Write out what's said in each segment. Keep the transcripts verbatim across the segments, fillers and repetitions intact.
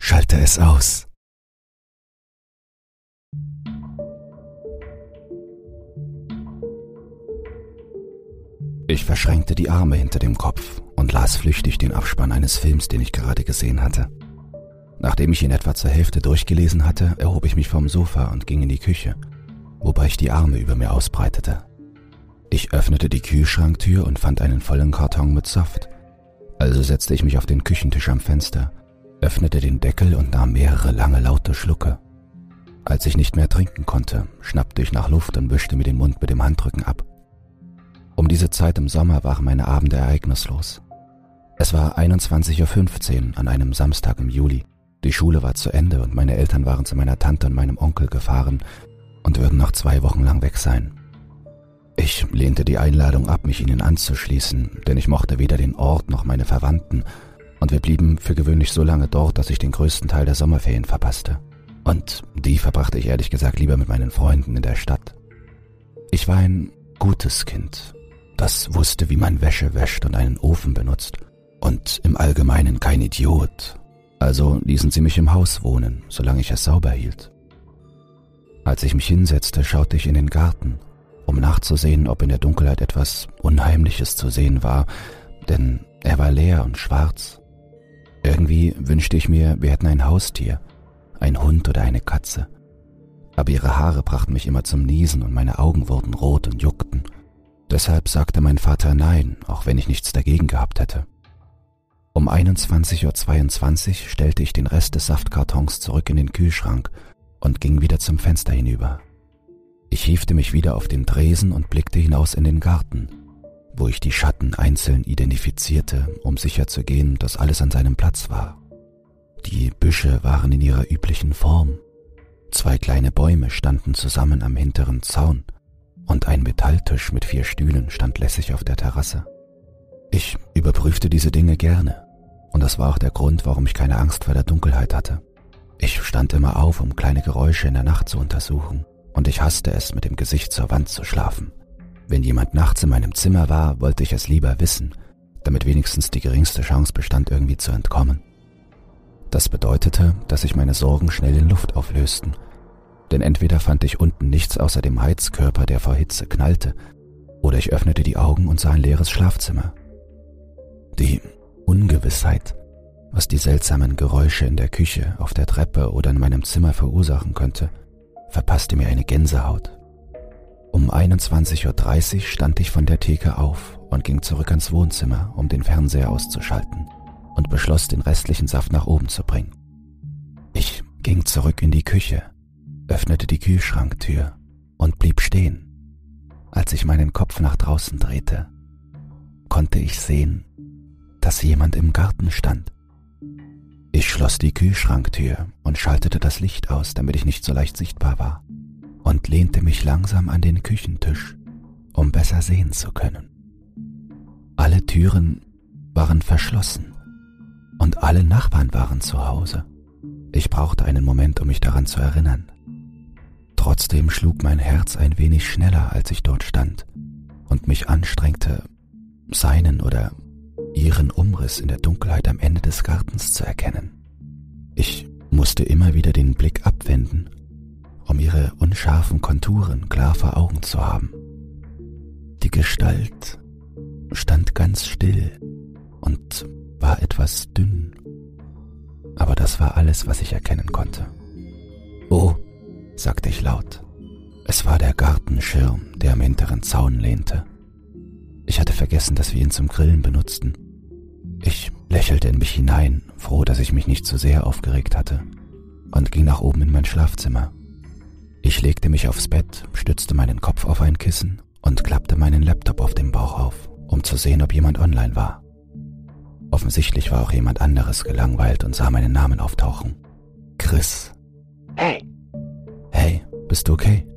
Schalte es aus. Ich verschränkte die Arme hinter dem Kopf und las flüchtig den Abspann eines Films, den ich gerade gesehen hatte. Nachdem ich ihn etwa zur Hälfte durchgelesen hatte, erhob ich mich vom Sofa und ging in die Küche, wobei ich die Arme über mir ausbreitete. Ich öffnete die Kühlschranktür und fand einen vollen Karton mit Saft. Also setzte ich mich auf den Küchentisch am Fenster, öffnete den Deckel und nahm mehrere lange laute Schlucke. Als ich nicht mehr trinken konnte, schnappte ich nach Luft und wischte mir den Mund mit dem Handrücken ab. Um diese Zeit im Sommer waren meine Abende ereignislos. Es war einundzwanzig Uhr fünfzehn an einem Samstag im Juli. Die Schule war zu Ende und meine Eltern waren zu meiner Tante und meinem Onkel gefahren und würden noch zwei Wochen lang weg sein. Ich lehnte die Einladung ab, mich ihnen anzuschließen, denn ich mochte weder den Ort noch meine Verwandten und wir blieben für gewöhnlich so lange dort, dass ich den größten Teil der Sommerferien verpasste. Und die verbrachte ich ehrlich gesagt lieber mit meinen Freunden in der Stadt. Ich war ein gutes Kind, das wusste, wie man Wäsche wäscht und einen Ofen benutzt und im Allgemeinen kein Idiot. Also ließen sie mich im Haus wohnen, solange ich es sauber hielt. Als ich mich hinsetzte, schaute ich in den Garten, um nachzusehen, ob in der Dunkelheit etwas Unheimliches zu sehen war, denn er war leer und schwarz. Irgendwie wünschte ich mir, wir hätten ein Haustier, ein Hund oder eine Katze. Aber ihre Haare brachten mich immer zum Niesen und meine Augen wurden rot und juckten. Deshalb sagte mein Vater nein, auch wenn ich nichts dagegen gehabt hätte. Um einundzwanzig Uhr zweiundzwanzig stellte ich den Rest des Saftkartons zurück in den Kühlschrank und ging wieder zum Fenster hinüber. Ich hiefte mich wieder auf den Tresen und blickte hinaus in den Garten, wo ich die Schatten einzeln identifizierte, um sicherzugehen, dass alles an seinem Platz war. Die Büsche waren in ihrer üblichen Form. Zwei kleine Bäume standen zusammen am hinteren Zaun und ein Metalltisch mit vier Stühlen stand lässig auf der Terrasse. Ich überprüfte diese Dinge gerne und das war auch der Grund, warum ich keine Angst vor der Dunkelheit hatte. Ich stand immer auf, um kleine Geräusche in der Nacht zu untersuchen und ich hasste es, mit dem Gesicht zur Wand zu schlafen. Wenn jemand nachts in meinem Zimmer war, wollte ich es lieber wissen, damit wenigstens die geringste Chance bestand, irgendwie zu entkommen. Das bedeutete, dass sich meine Sorgen schnell in Luft auflösten, denn entweder fand ich unten nichts außer dem Heizkörper, der vor Hitze knallte, oder ich öffnete die Augen und sah ein leeres Schlafzimmer. Die Ungewissheit, was die seltsamen Geräusche in der Küche, auf der Treppe oder in meinem Zimmer verursachen könnte, verpasste mir eine Gänsehaut. Um einundzwanzig Uhr dreißig stand ich von der Theke auf und ging zurück ans Wohnzimmer, um den Fernseher auszuschalten und beschloss, den restlichen Saft nach oben zu bringen. Ich ging zurück in die Küche, öffnete die Kühlschranktür und blieb stehen. Als ich meinen Kopf nach draußen drehte, konnte ich sehen, dass jemand im Garten stand. Ich schloss die Kühlschranktür und schaltete das Licht aus, damit ich nicht so leicht sichtbar war, und lehnte mich langsam an den Küchentisch, um besser sehen zu können. Alle Türen waren verschlossen und alle Nachbarn waren zu Hause. Ich brauchte einen Moment, um mich daran zu erinnern. Trotzdem schlug mein Herz ein wenig schneller, als ich dort stand und mich anstrengte, seinen oder ihren Umriss in der Dunkelheit am Ende des Gartens zu erkennen. Ich musste immer wieder den Blick abwenden, um ihre unscharfen Konturen klar vor Augen zu haben. Die Gestalt stand ganz still und war etwas dünn, aber das war alles, was ich erkennen konnte. »Oh«, sagte ich laut. Es war der Gartenschirm, der am hinteren Zaun lehnte. Ich hatte vergessen, dass wir ihn zum Grillen benutzten. Ich lächelte in mich hinein, froh, dass ich mich nicht zu sehr aufgeregt hatte, und ging nach oben in mein Schlafzimmer. Ich legte mich aufs Bett, stützte meinen Kopf auf ein Kissen und klappte meinen Laptop auf dem Bauch auf, um zu sehen, ob jemand online war. Offensichtlich war auch jemand anderes gelangweilt und sah meinen Namen auftauchen. Chris. Hey. Hey, bist du okay?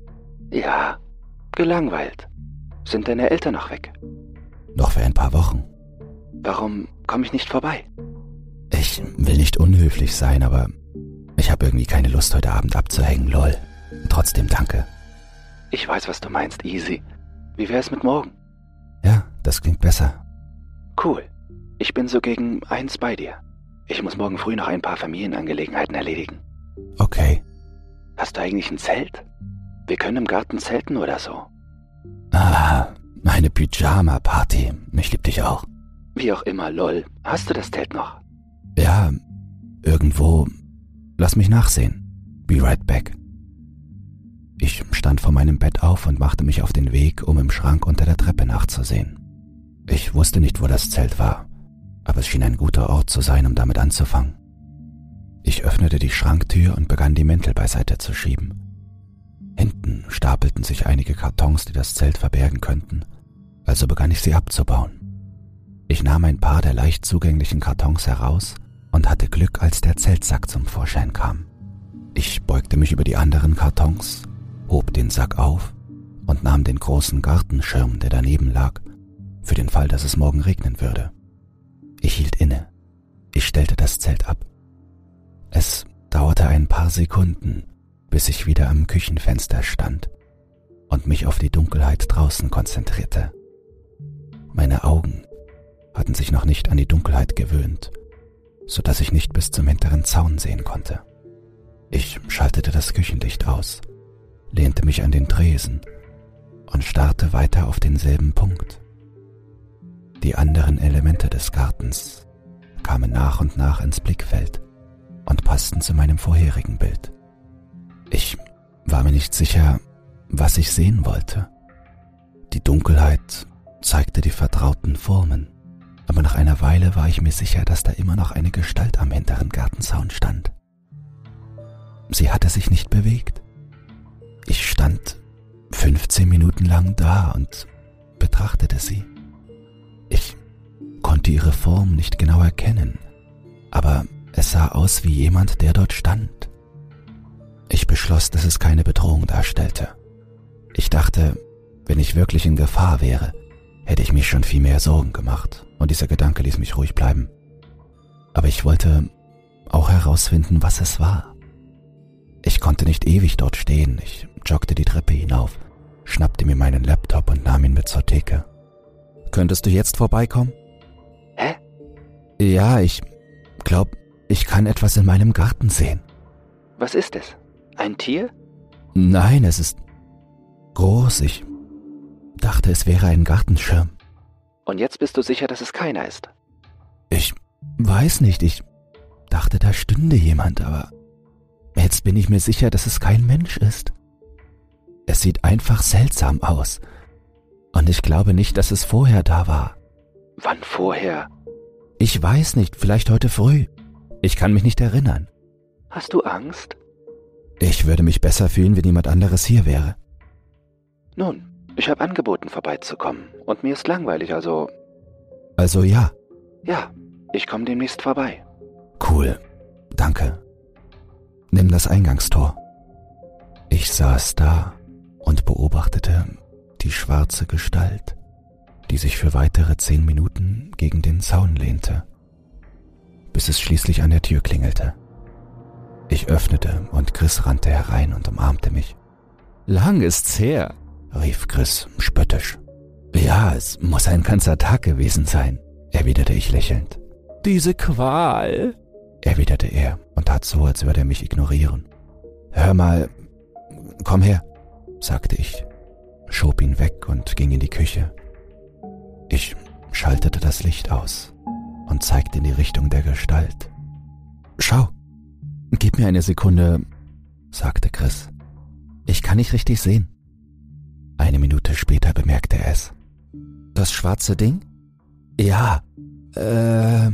Ja, gelangweilt. Sind deine Eltern noch weg? Noch für ein paar Wochen. Warum komme ich nicht vorbei? Ich will nicht unhöflich sein, aber ich habe irgendwie keine Lust, heute Abend abzuhängen, lol. Trotzdem danke. Ich weiß, was du meinst, easy. Wie wär's mit morgen? Ja, das klingt besser. Cool. Ich bin so gegen eins bei dir. Ich muss morgen früh noch ein paar Familienangelegenheiten erledigen. Okay. Hast du eigentlich ein Zelt? Wir können im Garten zelten oder so. Ah, eine Pyjama-Party. Ich lieb dich auch. Wie auch immer, lol. Hast du das Zelt noch? Ja, irgendwo. Lass mich nachsehen. Be right back. Ich stand vor meinem Bett auf und machte mich auf den Weg, um im Schrank unter der Treppe nachzusehen. Ich wusste nicht, wo das Zelt war, aber es schien ein guter Ort zu sein, um damit anzufangen. Ich öffnete die Schranktür und begann, die Mäntel beiseite zu schieben. Hinten stapelten sich einige Kartons, die das Zelt verbergen könnten, also begann ich sie abzubauen. Ich nahm ein paar der leicht zugänglichen Kartons heraus und hatte Glück, als der Zeltsack zum Vorschein kam. Ich beugte mich über die anderen Kartons, hob den Sack auf und nahm den großen Gartenschirm, der daneben lag, für den Fall, dass es morgen regnen würde. Ich hielt inne. Ich stellte das Zelt ab. Es dauerte ein paar Sekunden, bis ich wieder am Küchenfenster stand und mich auf die Dunkelheit draußen konzentrierte. Meine Augen hatten sich noch nicht an die Dunkelheit gewöhnt, so dass ich nicht bis zum hinteren Zaun sehen konnte. Ich schaltete das Küchenlicht aus, lehnte mich an den Tresen und starrte weiter auf denselben Punkt. Die anderen Elemente des Gartens kamen nach und nach ins Blickfeld und passten zu meinem vorherigen Bild. Ich war mir nicht sicher, was ich sehen wollte. Die Dunkelheit zeigte die vertrauten Formen, aber nach einer Weile war ich mir sicher, dass da immer noch eine Gestalt am hinteren Gartenzaun stand. Sie hatte sich nicht bewegt. Ich stand fünfzehn Minuten lang da und betrachtete sie. Ich konnte ihre Form nicht genau erkennen, aber es sah aus wie jemand, der dort stand. Ich beschloss, dass es keine Bedrohung darstellte. Ich dachte, wenn ich wirklich in Gefahr wäre, hätte ich mich schon viel mehr Sorgen gemacht, und dieser Gedanke ließ mich ruhig bleiben. Aber ich wollte auch herausfinden, was es war. Ich konnte nicht ewig dort stehen. Ich joggte die Treppe hinauf, schnappte mir meinen Laptop und nahm ihn mit zur Theke. Könntest du jetzt vorbeikommen? Hä? Ja, ich glaub, ich kann etwas in meinem Garten sehen. Was ist es? Ein Tier? Nein, es ist groß. Ich dachte, es wäre ein Gartenschirm. Und jetzt bist du sicher, dass es keiner ist? Ich weiß nicht. Ich dachte, da stünde jemand, aber jetzt bin ich mir sicher, dass es kein Mensch ist. Es sieht einfach seltsam aus. Und ich glaube nicht, dass es vorher da war. Wann vorher? Ich weiß nicht, vielleicht heute früh. Ich kann mich nicht erinnern. Hast du Angst? Ich würde mich besser fühlen, wenn jemand anderes hier wäre. Nun, ich habe angeboten, vorbeizukommen. Und mir ist langweilig, also... Also ja. Ja, ich komme demnächst vorbei. Cool, danke. Nimm das Eingangstor. Ich saß da und beobachtete die schwarze Gestalt, die sich für weitere zehn Minuten gegen den Zaun lehnte, bis es schließlich an der Tür klingelte. Ich öffnete und Chris rannte herein und umarmte mich. »Lang ist's her«, rief Chris spöttisch. »Ja, es muss ein ganzer Tag gewesen sein«, erwiderte ich lächelnd. »Diese Qual«, erwiderte er und tat so, als würde er mich ignorieren. »Hör mal, komm her«, sagte ich, schob ihn weg und ging in die Küche. Ich schaltete das Licht aus und zeigte in die Richtung der Gestalt. »Schau, gib mir eine Sekunde«, sagte Chris. »Ich kann nicht richtig sehen.« Eine Minute später bemerkte er es. »Das schwarze Ding?« »Ja, äh...«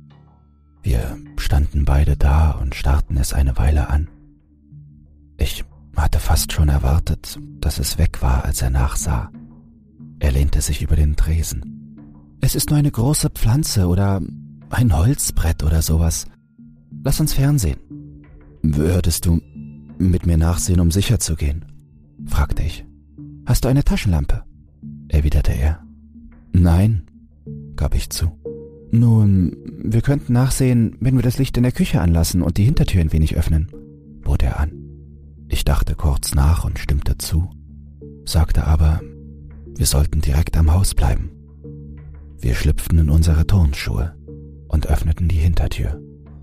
Wir standen beide da und starrten es eine Weile an. Ich hatte fast schon erwartet, dass es weg war, als er nachsah. Er lehnte sich über den Tresen. »Es ist nur eine große Pflanze oder ein Holzbrett oder sowas. Lass uns fernsehen.« »Würdest du mit mir nachsehen, um sicher zu gehen?« fragte ich. »Hast du eine Taschenlampe?« erwiderte er. »Nein«, gab ich zu. »Nun, wir könnten nachsehen, wenn wir das Licht in der Küche anlassen und die Hintertür ein wenig öffnen«, bot er an. Ich dachte kurz nach und stimmte zu, sagte aber, wir sollten direkt am Haus bleiben. Wir schlüpften in unsere Turnschuhe und öffneten die Hintertür.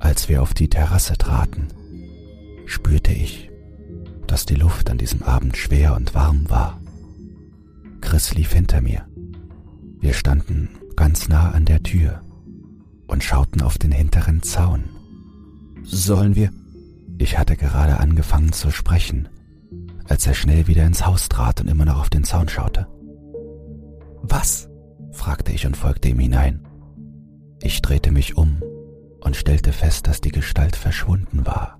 Als wir auf die Terrasse traten, spürte ich, dass die Luft an diesem Abend schwer und warm war. Chris lief hinter mir. Wir standen ganz nah an der Tür und schauten auf den hinteren Zaun. »Sollen wir?« Ich hatte gerade angefangen zu sprechen, als er schnell wieder ins Haus trat und immer noch auf den Zaun schaute. »Was?« fragte ich und folgte ihm hinein. Ich drehte mich um und stellte fest, dass die Gestalt verschwunden war.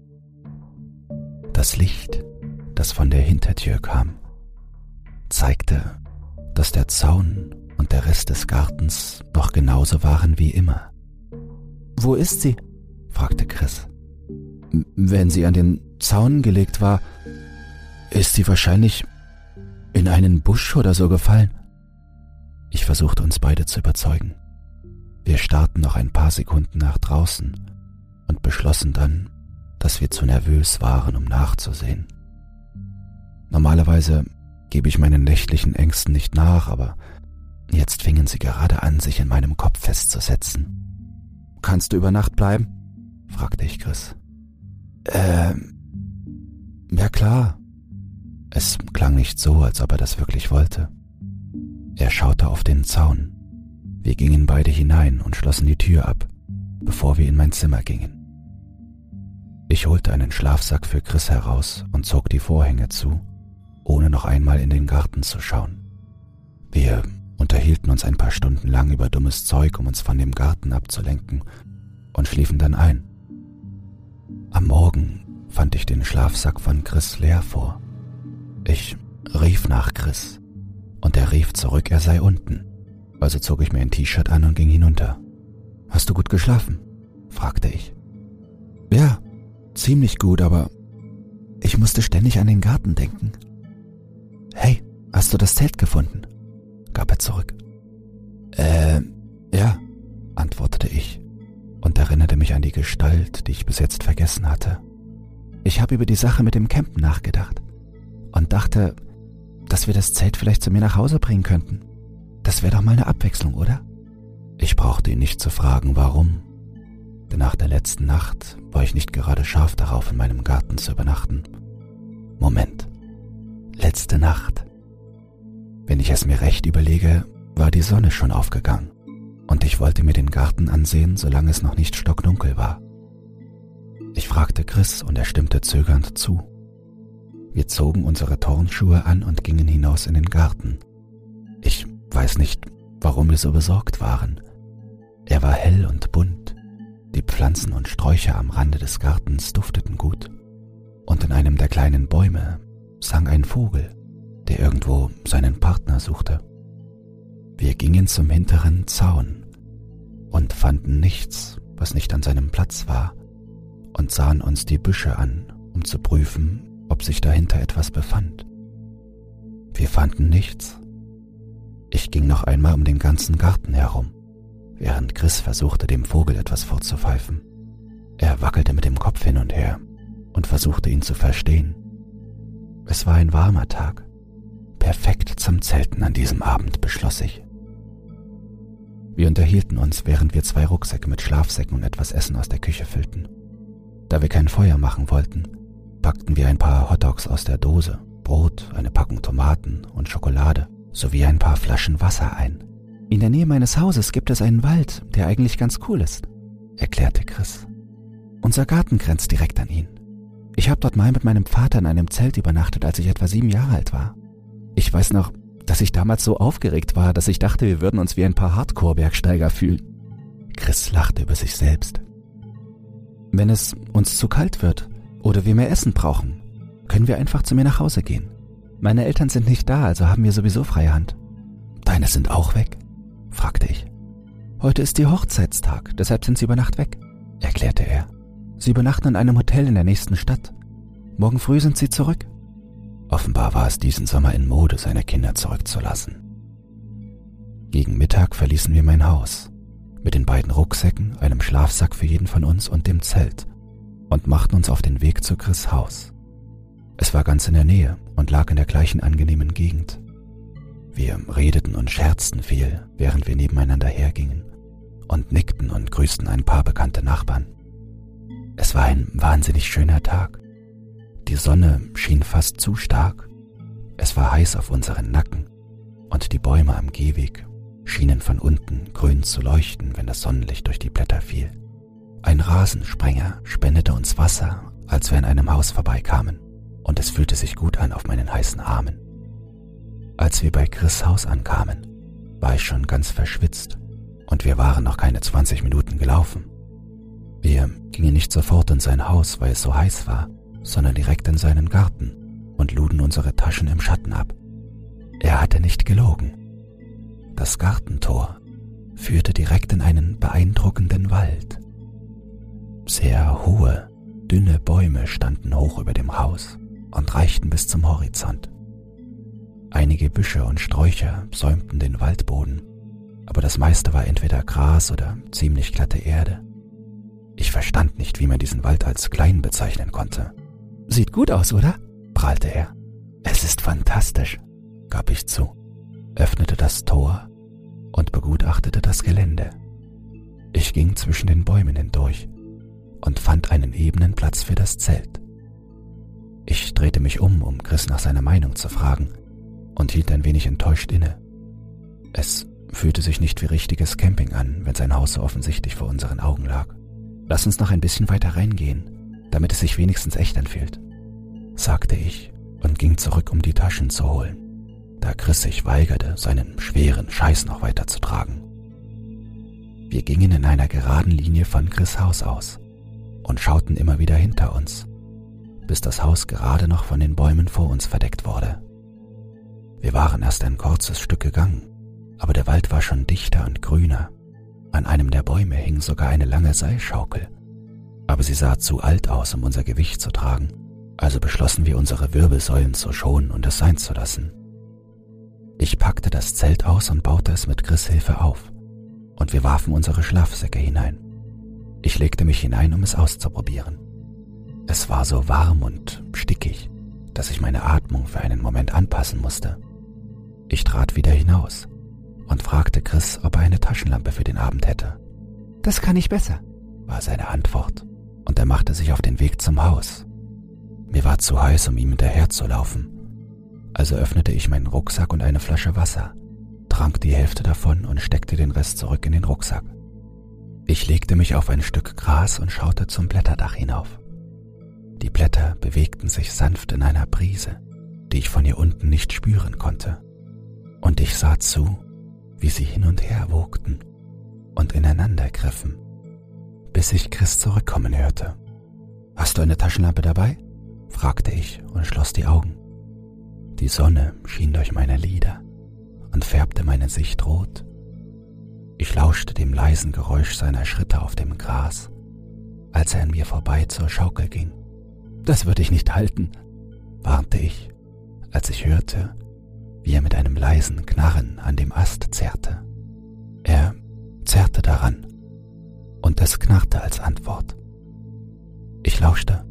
Das Licht, das von der Hintertür kam, zeigte, dass der Zaun und der Rest des Gartens noch genauso waren wie immer. »Wo ist sie?« fragte Chris. »Wenn sie an den Zaun gelegt war, ist sie wahrscheinlich in einen Busch oder so gefallen.« Ich versuchte uns beide zu überzeugen. Wir starrten noch ein paar Sekunden nach draußen und beschlossen dann, dass wir zu nervös waren, um nachzusehen. Normalerweise gebe ich meinen nächtlichen Ängsten nicht nach, aber jetzt fingen sie gerade an, sich in meinem Kopf festzusetzen. »Kannst du über Nacht bleiben?« fragte ich Chris. Ähm, ja klar. Es klang nicht so, als ob er das wirklich wollte. Er schaute auf den Zaun. Wir gingen beide hinein und schlossen die Tür ab, bevor wir in mein Zimmer gingen. Ich holte einen Schlafsack für Chris heraus und zog die Vorhänge zu, ohne noch einmal in den Garten zu schauen. Wir unterhielten uns ein paar Stunden lang über dummes Zeug, um uns von dem Garten abzulenken, und schliefen dann ein. Am Morgen fand ich den Schlafsack von Chris leer vor. Ich rief nach Chris und er rief zurück, er sei unten. Also zog ich mir ein T-Shirt an und ging hinunter. »Hast du gut geschlafen?« fragte ich. »Ja, ziemlich gut, aber ich musste ständig an den Garten denken.« »Hey, hast du das Zelt gefunden?« gab er zurück. »Äh, ja«, antwortete ich und erinnerte mich an die Gestalt, die ich bis jetzt vergessen hatte. Ich habe über die Sache mit dem Campen nachgedacht und dachte, dass wir das Zelt vielleicht zu mir nach Hause bringen könnten. Das wäre doch mal eine Abwechslung, oder? Ich brauchte ihn nicht zu fragen, warum. Denn nach der letzten Nacht war ich nicht gerade scharf darauf, in meinem Garten zu übernachten. Moment. Letzte Nacht. Wenn ich es mir recht überlege, war die Sonne schon aufgegangen und ich wollte mir den Garten ansehen, solange es noch nicht stockdunkel war. Ich fragte Chris und er stimmte zögernd zu. Wir zogen unsere Turnschuhe an und gingen hinaus in den Garten. Ich weiß nicht, warum wir so besorgt waren. Er war hell und bunt. Die Pflanzen und Sträucher am Rande des Gartens dufteten gut. Und in einem der kleinen Bäume sang ein Vogel, der irgendwo seinen Partner suchte. Wir gingen zum hinteren Zaun und fanden nichts, was nicht an seinem Platz war, und sahen uns die Büsche an, um zu prüfen, ob sich dahinter etwas befand. Wir fanden nichts. Ich ging noch einmal um den ganzen Garten herum, während Chris versuchte, dem Vogel etwas vorzupfeifen. Er wackelte mit dem Kopf hin und her und versuchte, ihn zu verstehen. Es war ein warmer Tag. Perfekt zum Zelten an diesem Abend, beschloss ich. Wir unterhielten uns, während wir zwei Rucksäcke mit Schlafsäcken und etwas Essen aus der Küche füllten. Da wir kein Feuer machen wollten, packten wir ein paar Hotdogs aus der Dose, Brot, eine Packung Tomaten und Schokolade sowie ein paar Flaschen Wasser ein. »In der Nähe meines Hauses gibt es einen Wald, der eigentlich ganz cool ist«, erklärte Chris. »Unser Garten grenzt direkt an ihn. Ich habe dort mal mit meinem Vater in einem Zelt übernachtet, als ich etwa sieben Jahre alt war. Ich weiß noch, dass ich damals so aufgeregt war, dass ich dachte, wir würden uns wie ein paar Hardcore-Bergsteiger fühlen.« Chris lachte über sich selbst. »Wenn es uns zu kalt wird oder wir mehr Essen brauchen, können wir einfach zu mir nach Hause gehen. Meine Eltern sind nicht da, also haben wir sowieso freie Hand.« »Deine sind auch weg?« fragte ich. »Heute ist ihr Hochzeitstag, deshalb sind sie über Nacht weg«, erklärte er. »Sie übernachten in einem Hotel in der nächsten Stadt. Morgen früh sind sie zurück.« Offenbar war es diesen Sommer in Mode, seine Kinder zurückzulassen. Gegen Mittag verließen wir mein Haus, mit den beiden Rucksäcken, einem Schlafsack für jeden von uns und dem Zelt, und machten uns auf den Weg zu Chris' Haus. Es war ganz in der Nähe und lag in der gleichen angenehmen Gegend. Wir redeten und scherzten viel, während wir nebeneinander hergingen, und nickten und grüßten ein paar bekannte Nachbarn. Es war ein wahnsinnig schöner Tag. Die Sonne schien fast zu stark. Es war heiß auf unseren Nacken und die Bäume am Gehweg schienen von unten grün zu leuchten, wenn das Sonnenlicht durch die Blätter fiel. Ein Rasensprenger spendete uns Wasser, als wir an einem Haus vorbeikamen, und es fühlte sich gut an auf meinen heißen Armen. Als wir bei Chris' Haus ankamen, war ich schon ganz verschwitzt und wir waren noch keine zwanzig Minuten gelaufen. Wir gingen nicht sofort in sein Haus, weil es so heiß war, sondern direkt in seinen Garten und luden unsere Taschen im Schatten ab. Er hatte nicht gelogen. Das Gartentor führte direkt in einen beeindruckenden Wald. Sehr hohe, dünne Bäume standen hoch über dem Haus und reichten bis zum Horizont. Einige Büsche und Sträucher säumten den Waldboden, aber das meiste war entweder Gras oder ziemlich glatte Erde. Ich verstand nicht, wie man diesen Wald als klein bezeichnen konnte. »Sieht gut aus, oder?« prahlte er. »Es ist fantastisch«, gab ich zu, öffnete das Tor und begutachtete das Gelände. Ich ging zwischen den Bäumen hindurch und fand einen ebenen Platz für das Zelt. Ich drehte mich um, um Chris nach seiner Meinung zu fragen, und hielt ein wenig enttäuscht inne. Es fühlte sich nicht wie richtiges Camping an, wenn sein Haus so offensichtlich vor unseren Augen lag. »Lass uns noch ein bisschen weiter reingehen, damit es sich wenigstens echt anfühlt«, sagte ich und ging zurück, um die Taschen zu holen, da Chris sich weigerte, seinen schweren Scheiß noch weiter zu tragen. Wir gingen in einer geraden Linie von Chris' Haus aus und schauten immer wieder hinter uns, bis das Haus gerade noch von den Bäumen vor uns verdeckt wurde. Wir waren erst ein kurzes Stück gegangen, aber der Wald war schon dichter und grüner. An einem der Bäume hing sogar eine lange Seilschaukel, aber sie sah zu alt aus, um unser Gewicht zu tragen, also beschlossen wir, unsere Wirbelsäulen zu schonen und es sein zu lassen. Ich packte das Zelt aus und baute es mit Chris' Hilfe auf, und wir warfen unsere Schlafsäcke hinein. Ich legte mich hinein, um es auszuprobieren. Es war so warm und stickig, dass ich meine Atmung für einen Moment anpassen musste. Ich trat wieder hinaus und fragte Chris, ob er eine Taschenlampe für den Abend hätte. »Das kann ich besser«, war seine Antwort, und er machte sich auf den Weg zum Haus. Mir war zu heiß, um ihm hinterherzulaufen, also öffnete ich meinen Rucksack und eine Flasche Wasser, trank die Hälfte davon und steckte den Rest zurück in den Rucksack. Ich legte mich auf ein Stück Gras und schaute zum Blätterdach hinauf. Die Blätter bewegten sich sanft in einer Brise, die ich von hier unten nicht spüren konnte, und ich sah zu, wie sie hin und her wogten und ineinander griffen, bis ich Chris zurückkommen hörte. »Hast du eine Taschenlampe dabei?« fragte ich und schloss die Augen. Die Sonne schien durch meine Lider und färbte meine Sicht rot. Ich lauschte dem leisen Geräusch seiner Schritte auf dem Gras, als er an mir vorbei zur Schaukel ging. »Das würde ich nicht halten«, warnte ich, als ich hörte, wie er mit einem leisen Knarren an dem Ast zerrte. Er zerrte daran, und es knarrte als Antwort. Ich lauschte.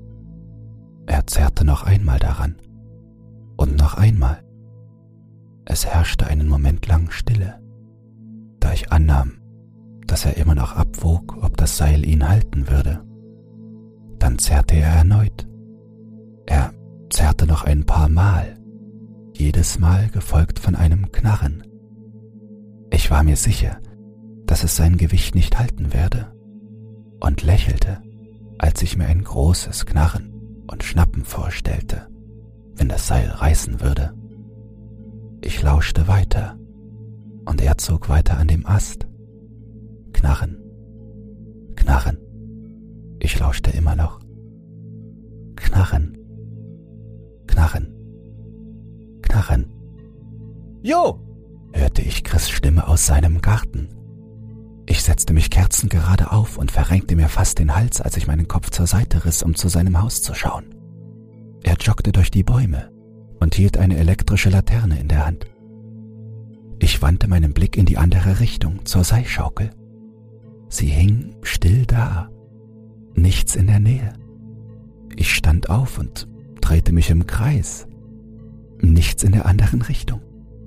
Er zerrte noch einmal daran, und noch einmal. Es herrschte einen Moment lang Stille, da ich annahm, dass er immer noch abwog, ob das Seil ihn halten würde. Dann zerrte er erneut. Er zerrte noch ein paar Mal, jedes Mal gefolgt von einem Knarren. Ich war mir sicher, dass es sein Gewicht nicht halten werde, und lächelte, als ich mir ein großes Knarren und Schnappen vorstellte, wenn das Seil reißen würde. Ich lauschte weiter, und er zog weiter an dem Ast. Knarren, Knarren. Ich lauschte immer noch. Knarren, Knarren, Knarren. »Jo!« hörte ich Chris' Stimme aus seinem Garten. Ich setzte mich kerzengerade auf und verrenkte mir fast den Hals, als ich meinen Kopf zur Seite riss, um zu seinem Haus zu schauen. Er joggte durch die Bäume und hielt eine elektrische Laterne in der Hand. Ich wandte meinen Blick in die andere Richtung, zur Seilschaukel. Sie hing still da, nichts in der Nähe. Ich stand auf und drehte mich im Kreis, nichts in der anderen Richtung.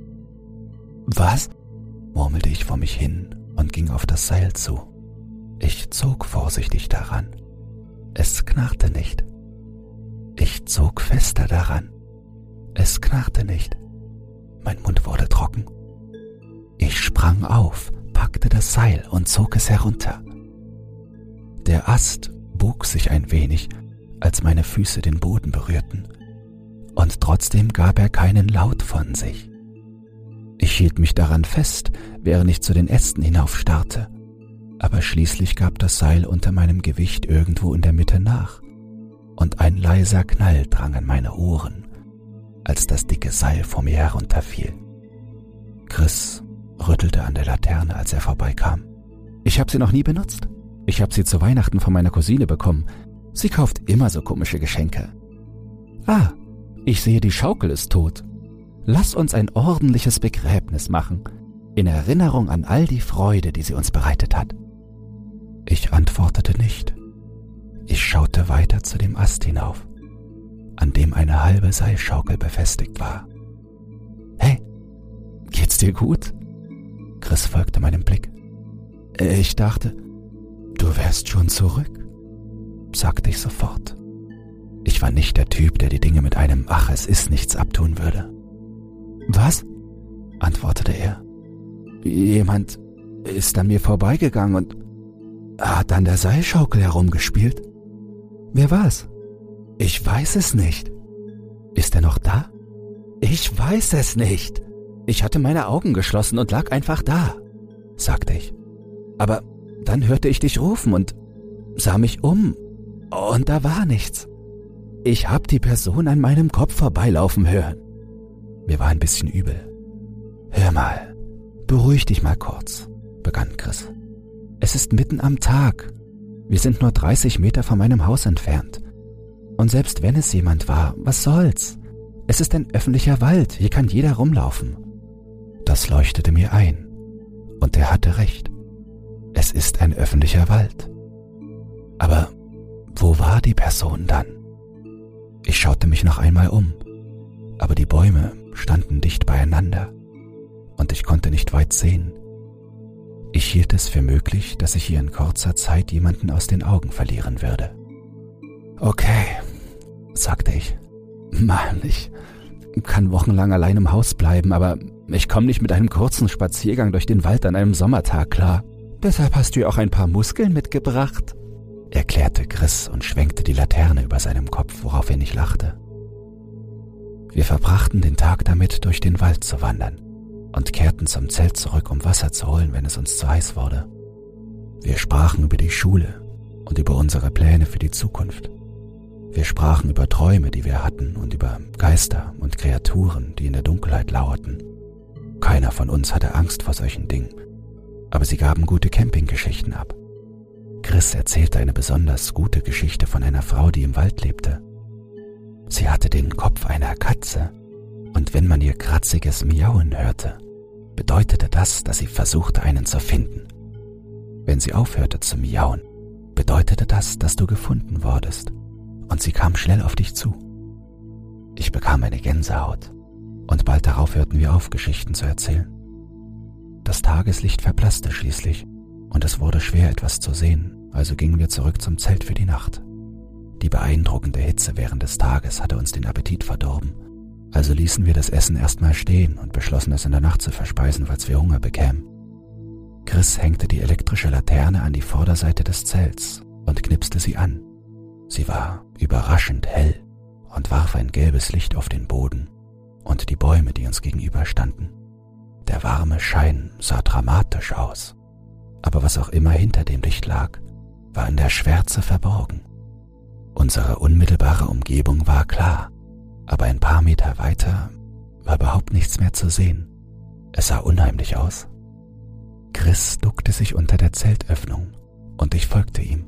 »Was?«, murmelte ich vor mich hin und ging auf das Seil zu. Ich zog vorsichtig daran, Es knarrte nicht. Ich zog fester daran. Es knarrte nicht. Mein Mund wurde trocken. Ich sprang auf, packte das Seil und zog es herunter. Der Ast bog sich ein wenig, als meine Füße den Boden berührten, und trotzdem gab er keinen Laut von sich. Ich hielt mich daran fest, während ich zu den Ästen hinaufstarrte, aber schließlich gab das Seil unter meinem Gewicht irgendwo in der Mitte nach, und ein leiser Knall drang in meine Ohren, als das dicke Seil vor mir herunterfiel. Chris rüttelte an der Laterne, als er vorbeikam. »Ich habe sie noch nie benutzt. Ich habe sie zu Weihnachten von meiner Cousine bekommen. Sie kauft immer so komische Geschenke.« »Ah, ich sehe, die Schaukel ist tot. Lass uns ein ordentliches Begräbnis machen, in Erinnerung an all die Freude, die sie uns bereitet hat.« Ich antwortete nicht. Ich schaute weiter zu dem Ast hinauf, an dem eine halbe Seilschaukel befestigt war. »Hey, geht's dir gut?« Chris folgte meinem Blick. »Ich dachte, du wärst schon zurück«, sagte ich sofort. Ich war nicht der Typ, der die Dinge mit einem »Ach, es ist nichts« abtun würde. »Was?« antwortete er. »Jemand ist an mir vorbeigegangen und hat an der Seilschaukel herumgespielt.« »Wer war's?« »Ich weiß es nicht.« »Ist er noch da?« »Ich weiß es nicht. Ich hatte meine Augen geschlossen und lag einfach da«, sagte ich. »Aber dann hörte ich dich rufen und sah mich um, und da war nichts. Ich hab die Person an meinem Kopf vorbeilaufen hören. Mir war ein bisschen übel. »Hör mal, beruhig dich mal kurz«, begann Chris. »Es ist mitten am Tag. Wir sind nur dreißig Meter von meinem Haus entfernt. Und selbst wenn es jemand war, was soll's? Es ist ein öffentlicher Wald, hier kann jeder rumlaufen.« Das leuchtete mir ein. Und er hatte recht. Es ist ein öffentlicher Wald. Aber wo war die Person dann? Ich schaute mich noch einmal um, aber die Bäume standen dicht beieinander und ich konnte nicht weit sehen. Ich hielt es für möglich, dass ich hier in kurzer Zeit jemanden aus den Augen verlieren würde. »Okay«, sagte ich. »Mann, ich kann wochenlang allein im Haus bleiben, aber ich komme nicht mit einem kurzen Spaziergang durch den Wald an einem Sommertag klar. Deshalb hast du ja auch ein paar Muskeln mitgebracht«, erklärte Chris und schwenkte die Laterne über seinem Kopf, worauf er nicht lachte. Wir verbrachten den Tag damit, durch den Wald zu wandern und kehrten zum Zelt zurück, um Wasser zu holen, wenn es uns zu heiß wurde. Wir sprachen über die Schule und über unsere Pläne für die Zukunft. Wir sprachen über Träume, die wir hatten, und über Geister und Kreaturen, die in der Dunkelheit lauerten. Keiner von uns hatte Angst vor solchen Dingen, aber sie gaben gute Campinggeschichten ab. Chris erzählte eine besonders gute Geschichte von einer Frau, die im Wald lebte. Sie hatte den Kopf einer Katze, und wenn man ihr kratziges Miauen hörte, bedeutete das, dass sie versuchte, einen zu finden. Wenn sie aufhörte zu miauen, bedeutete das, dass du gefunden wurdest, und sie kam schnell auf dich zu. Ich bekam eine Gänsehaut, und bald darauf hörten wir auf, Geschichten zu erzählen. Das Tageslicht verblasste schließlich, und es wurde schwer, etwas zu sehen, also gingen wir zurück zum Zelt für die Nacht. Die beeindruckende Hitze während des Tages hatte uns den Appetit verdorben, also ließen wir das Essen erstmal stehen und beschlossen, es in der Nacht zu verspeisen, falls wir Hunger bekämen. Chris hängte die elektrische Laterne an die Vorderseite des Zelts und knipste sie an. Sie war überraschend hell und warf ein gelbes Licht auf den Boden und die Bäume, die uns gegenüberstanden. Der warme Schein sah dramatisch aus, aber was auch immer hinter dem Licht lag, war in der Schwärze verborgen. Unsere unmittelbare Umgebung war klar, aber ein paar Meter weiter war überhaupt nichts mehr zu sehen. Es sah unheimlich aus. Chris duckte sich unter der Zeltöffnung und ich folgte ihm.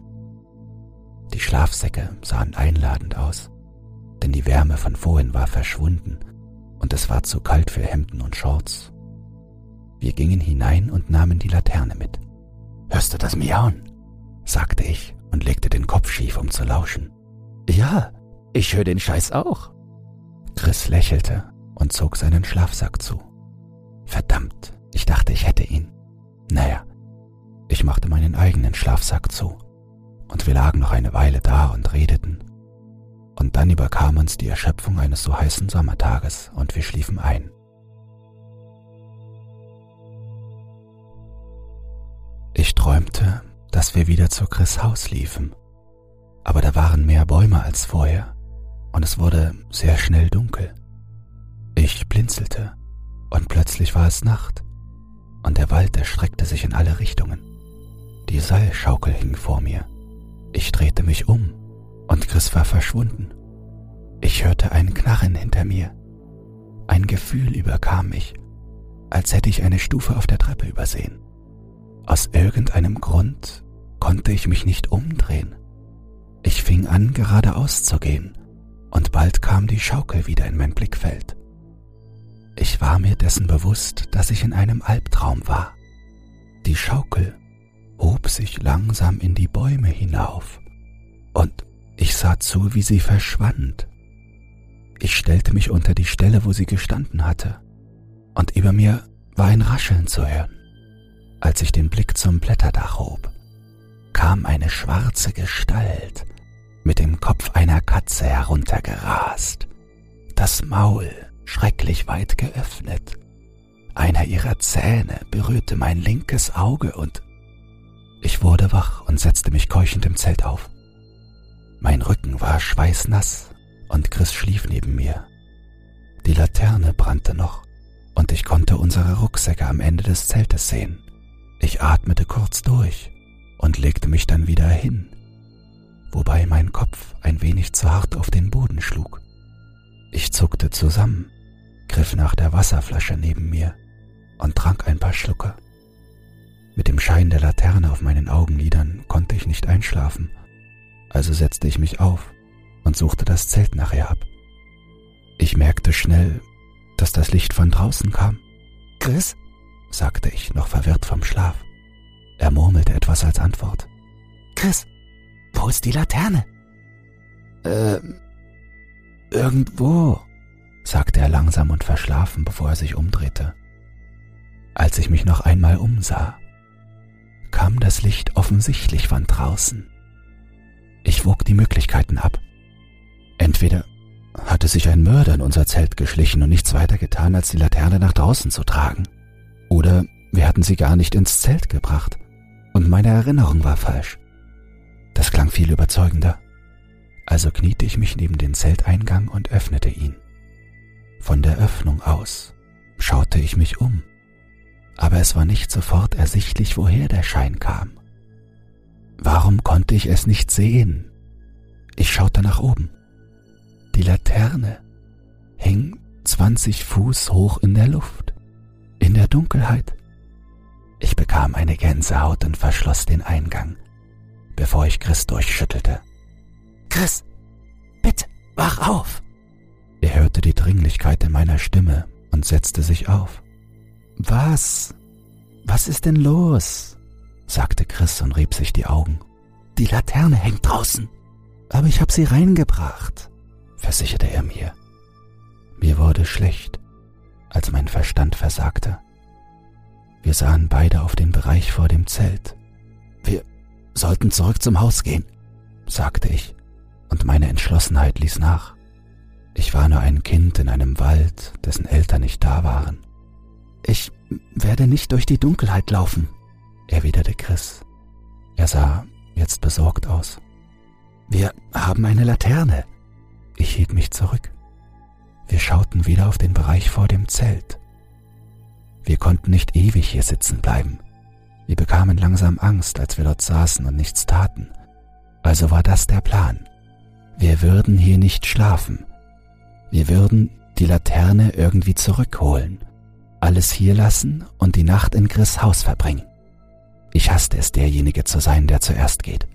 Die Schlafsäcke sahen einladend aus, denn die Wärme von vorhin war verschwunden und es war zu kalt für Hemden und Shorts. Wir gingen hinein und nahmen die Laterne mit. »Hörst du das Miauen?« sagte ich und legte den Kopf schief, um zu lauschen. »Ja, ich höre den Scheiß auch.« Chris lächelte und zog seinen Schlafsack zu. Verdammt, ich dachte, ich hätte ihn. Naja, ich machte meinen eigenen Schlafsack zu und wir lagen noch eine Weile da und redeten. Und dann überkam uns die Erschöpfung eines so heißen Sommertages und wir schliefen ein. Ich träumte, dass wir wieder zu Chris' Haus liefen, aber da waren mehr Bäume als vorher und es wurde sehr schnell dunkel. Ich blinzelte und plötzlich war es Nacht und der Wald erstreckte sich in alle Richtungen. Die Seilschaukel hing vor mir. Ich drehte mich um und Chris war verschwunden. Ich hörte ein Knarren hinter mir. Ein Gefühl überkam mich, als hätte ich eine Stufe auf der Treppe übersehen. Aus irgendeinem Grund konnte ich mich nicht umdrehen. Ich fing an, geradeaus zu gehen, und bald kam die Schaukel wieder in mein Blickfeld. Ich war mir dessen bewusst, dass ich in einem Albtraum war. Die Schaukel hob sich langsam in die Bäume hinauf, und ich sah zu, wie sie verschwand. Ich stellte mich unter die Stelle, wo sie gestanden hatte, und über mir war ein Rascheln zu hören. Als ich den Blick zum Blätterdach hob, kam eine schwarze Gestalt mit dem Kopf einer Katze heruntergerast, das Maul schrecklich weit geöffnet. Einer ihrer Zähne berührte mein linkes Auge und ich wurde wach und setzte mich keuchend im Zelt auf. Mein Rücken war schweißnass und Chris schlief neben mir. Die Laterne brannte noch und ich konnte unsere Rucksäcke am Ende des Zeltes sehen. Ich atmete kurz durch und legte mich dann wieder hin, wobei mein Kopf ein wenig zu hart auf den Boden schlug. Ich zuckte zusammen, griff nach der Wasserflasche neben mir und trank ein paar Schlucke. Mit dem Schein der Laterne auf meinen Augenlidern konnte ich nicht einschlafen, also setzte ich mich auf und suchte das Zelt nachher ab. Ich merkte schnell, dass das Licht von draußen kam. »Chris?« sagte ich, noch verwirrt vom Schlaf. Er murmelte etwas als Antwort. »Chris, wo ist die Laterne?« »Ähm, irgendwo«, sagte er langsam und verschlafen, bevor er sich umdrehte. Als ich mich noch einmal umsah, kam das Licht offensichtlich von draußen. Ich wog die Möglichkeiten ab. Entweder hatte sich ein Mörder in unser Zelt geschlichen und nichts weiter getan, als die Laterne nach draußen zu tragen. Oder wir hatten sie gar nicht ins Zelt gebracht und meine Erinnerung war falsch. Das klang viel überzeugender. Also kniete ich mich neben den Zelteingang und öffnete ihn. Von der Öffnung aus schaute ich mich um, aber es war nicht sofort ersichtlich, woher der Schein kam. Warum konnte ich es nicht sehen? Ich schaute nach oben. Die Laterne hing zwanzig Fuß hoch in der Luft, in der Dunkelheit. Ich bekam eine Gänsehaut und verschloss den Eingang, bevor ich Chris durchschüttelte. »Chris, bitte, wach auf!« Er hörte die Dringlichkeit in meiner Stimme und setzte sich auf. »Was? Was ist denn los?« sagte Chris und rieb sich die Augen. »Die Laterne hängt draußen, aber ich habe sie reingebracht«, versicherte er mir. Mir wurde schlecht, als mein Verstand versagte. Wir sahen beide auf den Bereich vor dem Zelt. »Wir sollten zurück zum Haus gehen«, sagte ich, und meine Entschlossenheit ließ nach. Ich war nur ein Kind in einem Wald, dessen Eltern nicht da waren. »Ich werde nicht durch die Dunkelheit laufen«, erwiderte Chris. Er sah jetzt besorgt aus. »Wir haben eine Laterne.« Ich hielt mich zurück. Wir schauten wieder auf den Bereich vor dem Zelt. Wir konnten nicht ewig hier sitzen bleiben. Wir bekamen langsam Angst, als wir dort saßen und nichts taten. Also war das der Plan. Wir würden hier nicht schlafen. Wir würden die Laterne irgendwie zurückholen, alles hier lassen und die Nacht in Chris' Haus verbringen. Ich hasste es, derjenige zu sein, der zuerst geht.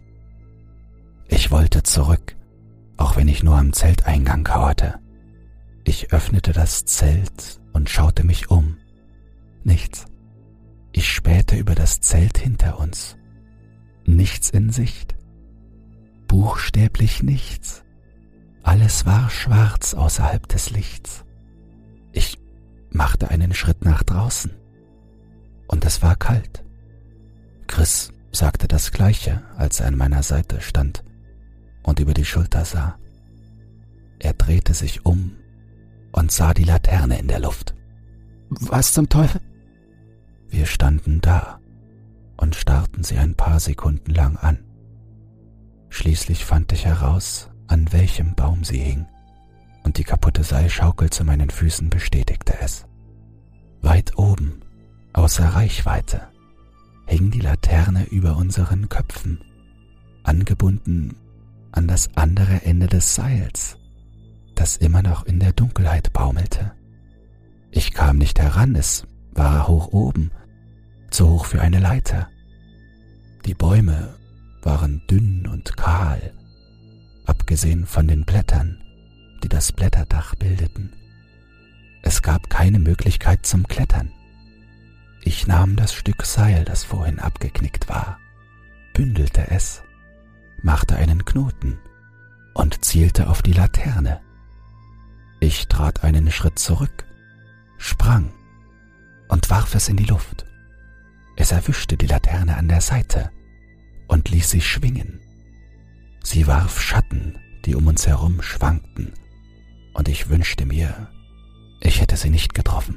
Ich wollte zurück, auch wenn ich nur am Zelteingang kauerte. Ich öffnete das Zelt und schaute mich um. Nichts. Ich spähte über das Zelt hinter uns. Nichts in Sicht. Buchstäblich nichts. Alles war schwarz außerhalb des Lichts. Ich machte einen Schritt nach draußen. Und es war kalt. Chris sagte das Gleiche, als er an meiner Seite stand und über die Schulter sah. Er drehte sich um und sah die Laterne in der Luft. Was zum Teufel? Wir standen da und starrten sie ein paar Sekunden lang an. Schließlich fand ich heraus, an welchem Baum sie hing, und die kaputte Seilschaukel zu meinen Füßen bestätigte es. Weit oben, außer Reichweite, hing die Laterne über unseren Köpfen, angebunden an das andere Ende des Seils, das immer noch in der Dunkelheit baumelte. Ich kam nicht heran, es war hoch oben, zu hoch für eine Leiter. Die Bäume waren dünn und kahl, abgesehen von den Blättern, die das Blätterdach bildeten. Es gab keine Möglichkeit zum Klettern. Ich nahm das Stück Seil, das vorhin abgeknickt war, bündelte es, machte einen Knoten und zielte auf die Laterne. Ich trat einen Schritt zurück, sprang und warf es in die Luft. Es erwischte die Laterne an der Seite und ließ sie schwingen. Sie warf Schatten, die um uns herum schwankten, und ich wünschte mir, ich hätte sie nicht getroffen.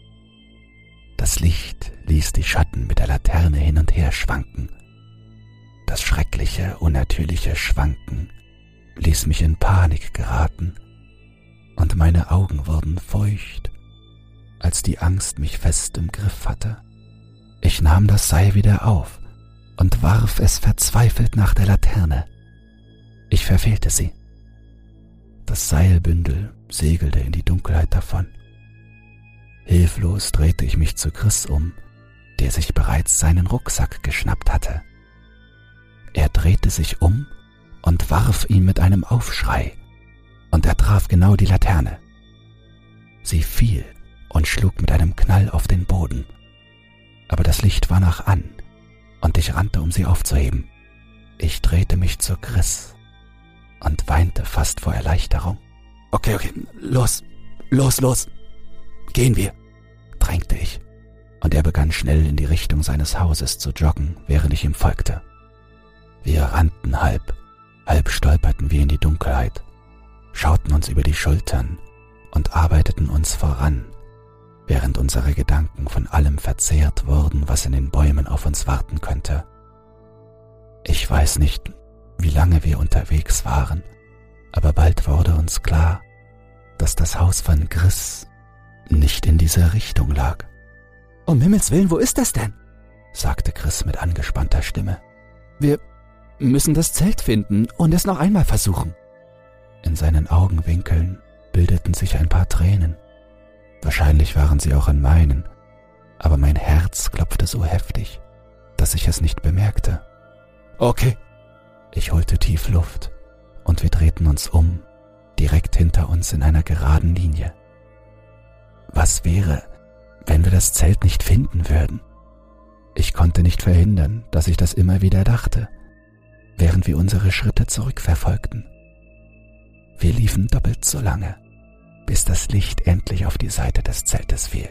Das Licht ließ die Schatten mit der Laterne hin und her schwanken. Das schreckliche, unnatürliche Schwanken ließ mich in Panik geraten, und meine Augen wurden feucht, als die Angst mich fest im Griff hatte. Ich nahm das Seil wieder auf und warf es verzweifelt nach der Laterne. Ich verfehlte sie. Das Seilbündel segelte in die Dunkelheit davon. Hilflos drehte ich mich zu Chris um, der sich bereits seinen Rucksack geschnappt hatte. Er drehte sich um und warf ihn mit einem Aufschrei, und er traf genau die Laterne. Sie fiel und schlug mit einem Knall auf den Boden, aber das Licht war noch an, und ich rannte, um sie aufzuheben. Ich drehte mich zu Chris und weinte fast vor Erleichterung. Okay, okay, los, los, los. Gehen wir, drängte ich, und er begann schnell in die Richtung seines Hauses zu joggen, während ich ihm folgte. Wir rannten halb, halb stolperten wir in die Dunkelheit, schauten uns über die Schultern und arbeiteten uns voran, während unsere Gedanken von allem verzehrt wurden, was in den Bäumen auf uns warten könnte. Ich weiß nicht, wie lange wir unterwegs waren, aber bald wurde uns klar, dass das Haus von Chris nicht in dieser Richtung lag. Um Himmels Willen, wo ist das denn? Sagte Chris mit angespannter Stimme. Wir müssen das Zelt finden und es noch einmal versuchen. In seinen Augenwinkeln bildeten sich ein paar Tränen. Wahrscheinlich waren sie auch in meinen, aber mein Herz klopfte so heftig, dass ich es nicht bemerkte. Okay. Ich holte tief Luft und wir drehten uns um, direkt hinter uns in einer geraden Linie. Was wäre, wenn wir das Zelt nicht finden würden? Ich konnte nicht verhindern, dass ich das immer wieder dachte, während wir unsere Schritte zurückverfolgten. Wir liefen doppelt so lange, bis das Licht endlich auf die Seite des Zeltes fiel.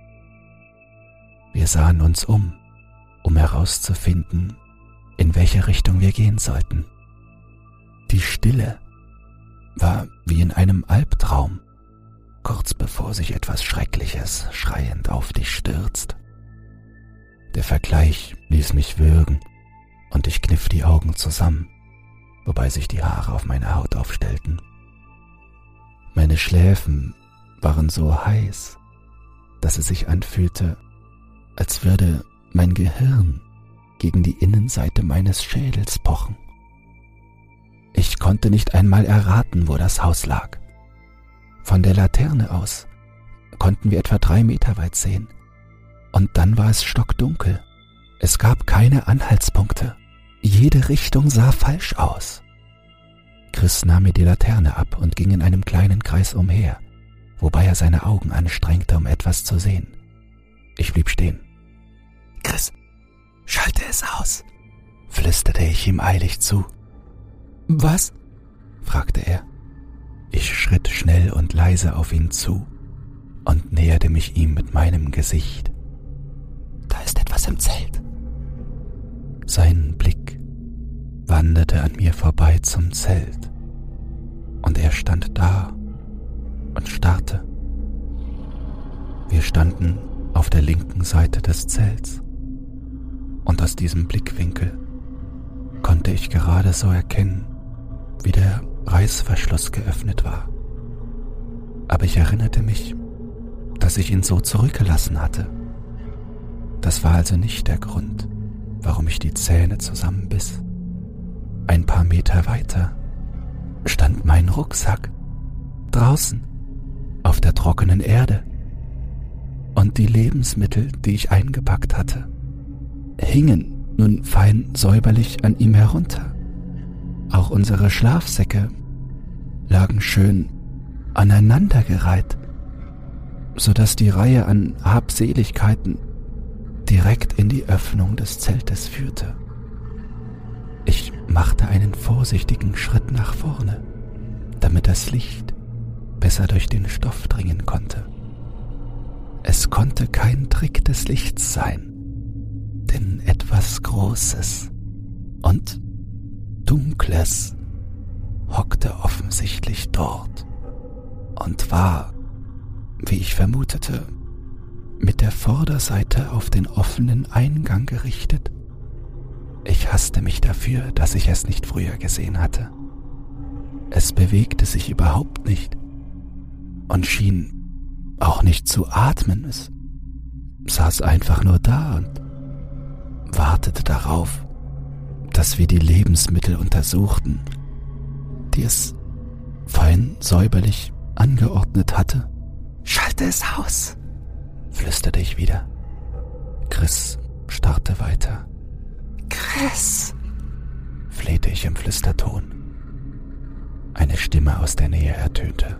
Wir sahen uns um, um herauszufinden, in welche Richtung wir gehen sollten. Die Stille war wie in einem Albtraum, kurz bevor sich etwas Schreckliches schreiend auf dich stürzt. Der Vergleich ließ mich würgen und ich kniff die Augen zusammen, wobei sich die Haare auf meiner Haut aufstellten. Meine Schläfen waren so heiß, dass es sich anfühlte, als würde mein Gehirn gegen die Innenseite meines Schädels pochen. Ich konnte nicht einmal erraten, wo das Haus lag. Von der Laterne aus konnten wir etwa drei Meter weit sehen. Und dann war es stockdunkel. Es gab keine Anhaltspunkte. Jede Richtung sah falsch aus. Chris nahm mir die Laterne ab und ging in einem kleinen Kreis umher, wobei er seine Augen anstrengte, um etwas zu sehen. Ich blieb stehen. Chris, schalte es aus, flüsterte ich ihm eilig zu. Was? Fragte er. Ich schritt schnell und leise auf ihn zu und näherte mich ihm mit meinem Gesicht. Da ist etwas im Zelt. Sein Blick wanderte an mir vorbei zum Zelt, und er stand da und starrte. Wir standen auf der linken Seite des Zelts, und aus diesem Blickwinkel konnte ich gerade so erkennen, wie der Reißverschluss geöffnet war. Aber ich erinnerte mich, dass ich ihn so zurückgelassen hatte. Das war also nicht der Grund, warum ich die Zähne zusammenbiss. Ein paar Meter weiter stand mein Rucksack draußen auf der trockenen Erde, und die Lebensmittel, die ich eingepackt hatte, hingen nun fein säuberlich an ihm herunter. Auch unsere Schlafsäcke lagen schön aneinandergereiht, so dass die Reihe an Habseligkeiten direkt in die Öffnung des Zeltes führte. Ich machte einen vorsichtigen Schritt nach vorne, damit das Licht besser durch den Stoff dringen konnte. Es konnte kein Trick des Lichts sein, denn etwas Großes und Dunkles hockte offensichtlich dort und war, wie ich vermutete, mit der Vorderseite auf den offenen Eingang gerichtet. Ich hasste mich dafür, dass ich es nicht früher gesehen hatte. Es bewegte sich überhaupt nicht und schien auch nicht zu atmen. Es saß einfach nur da und wartete darauf, dass wir die Lebensmittel untersuchten, die es fein säuberlich angeordnet hatte. »Schalte es aus«, flüsterte ich wieder. Chris starrte weiter. »Chris«, flehte ich im Flüsterton. Eine Stimme aus der Nähe ertönte.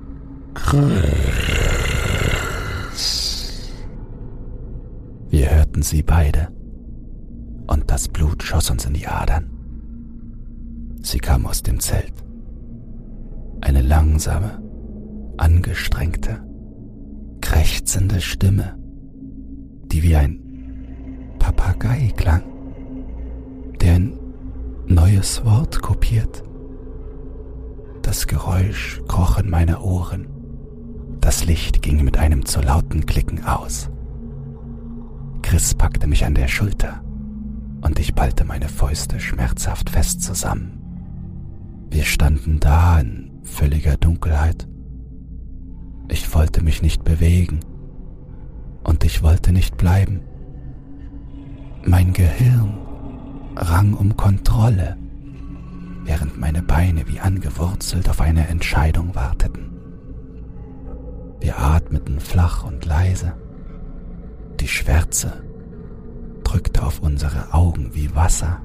»Chris«. Wir hörten sie beide, und das Blut schoss uns in die Adern. Sie kam aus dem Zelt. Eine langsame, angestrengte, krächzende Stimme, die wie ein Papagei klang, der ein neues Wort kopiert. Das Geräusch kroch in meine Ohren. Das Licht ging mit einem zu lauten Klicken aus. Chris packte mich an der Schulter, und ich ballte meine Fäuste schmerzhaft fest zusammen. Wir standen da in völliger Dunkelheit. Ich wollte mich nicht bewegen, und ich wollte nicht bleiben. Mein Gehirn rang um Kontrolle, während meine Beine wie angewurzelt auf eine Entscheidung warteten. Wir atmeten flach und leise. Die Schwärze drückte auf unsere Augen wie Wasser.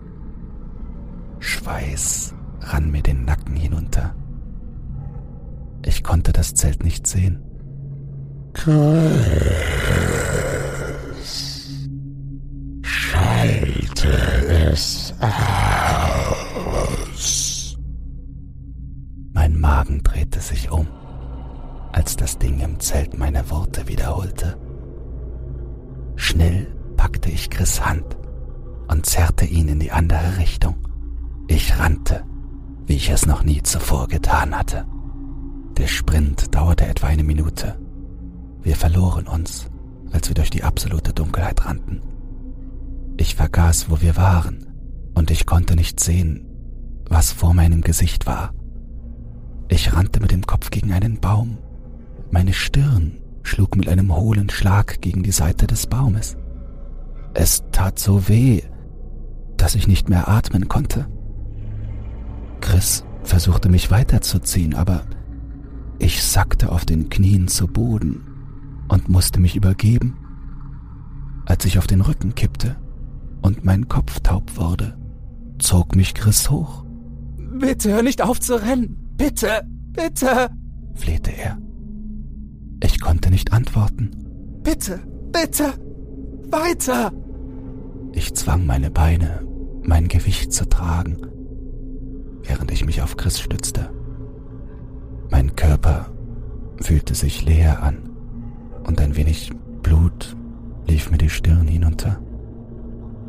Schweiß rann mir den Nacken hinunter. Ich konnte das Zelt nicht sehen. Chris, schalte es aus. Mein Magen drehte sich um, als das Ding im Zelt meine Worte wiederholte. Schnell packte ich Chris' Hand und zerrte ihn in die andere Richtung. Ich rannte, wie ich es noch nie zuvor getan hatte. Der Sprint dauerte etwa eine Minute. Wir verloren uns, als wir durch die absolute Dunkelheit rannten. Ich vergaß, wo wir waren, und ich konnte nicht sehen, was vor meinem Gesicht war. Ich rannte mit dem Kopf gegen einen Baum. Meine Stirn schlug mit einem hohlen Schlag gegen die Seite des Baumes. Es tat so weh, dass ich nicht mehr atmen konnte. Chris versuchte mich weiterzuziehen, aber ich sackte auf den Knien zu Boden und musste mich übergeben. Als ich auf den Rücken kippte und mein Kopf taub wurde, zog mich Chris hoch. »Bitte hör nicht auf zu rennen! Bitte! Bitte!« flehte er. Ich konnte nicht antworten. »Bitte! Bitte! Weiter!« Ich zwang meine Beine, mein Gewicht zu tragen, während ich mich auf Chris stützte. Mein Körper fühlte sich leer an, und ein wenig Blut lief mir die Stirn hinunter.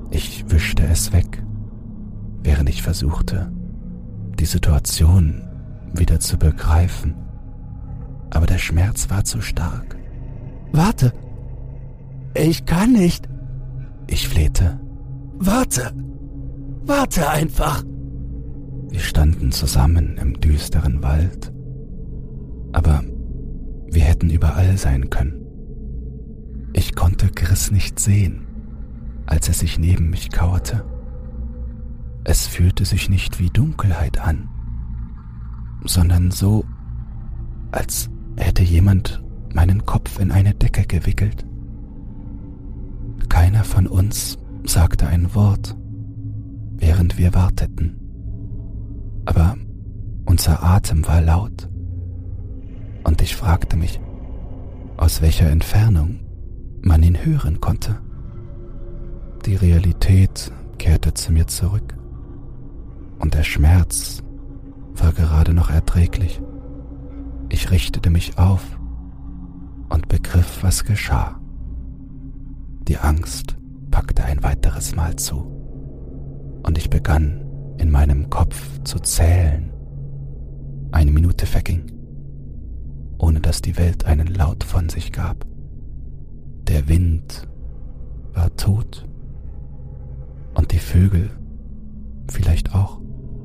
Ich wischte es weg, während ich versuchte, die Situation wieder zu begreifen. Aber der Schmerz war zu stark. Warte! Ich kann nicht! Ich flehte. Warte! Warte einfach! Wir standen zusammen im düsteren Wald, aber wir hätten überall sein können. Ich konnte Chris nicht sehen, als er sich neben mich kauerte. Es fühlte sich nicht wie Dunkelheit an, sondern so, als hätte jemand meinen Kopf in eine Decke gewickelt. Keiner von uns sagte ein Wort, während wir warteten. Aber unser Atem war laut. Und ich fragte mich, aus welcher Entfernung man ihn hören konnte. Die Realität kehrte zu mir zurück. Und der Schmerz war gerade noch erträglich. Ich richtete mich auf und begriff, was geschah. Die Angst packte ein weiteres Mal zu. Und ich begann, in meinem Kopf zu zählen. Eine Minute verging, ohne dass die Welt einen Laut von sich gab. Der Wind war tot und die Vögel vielleicht auch.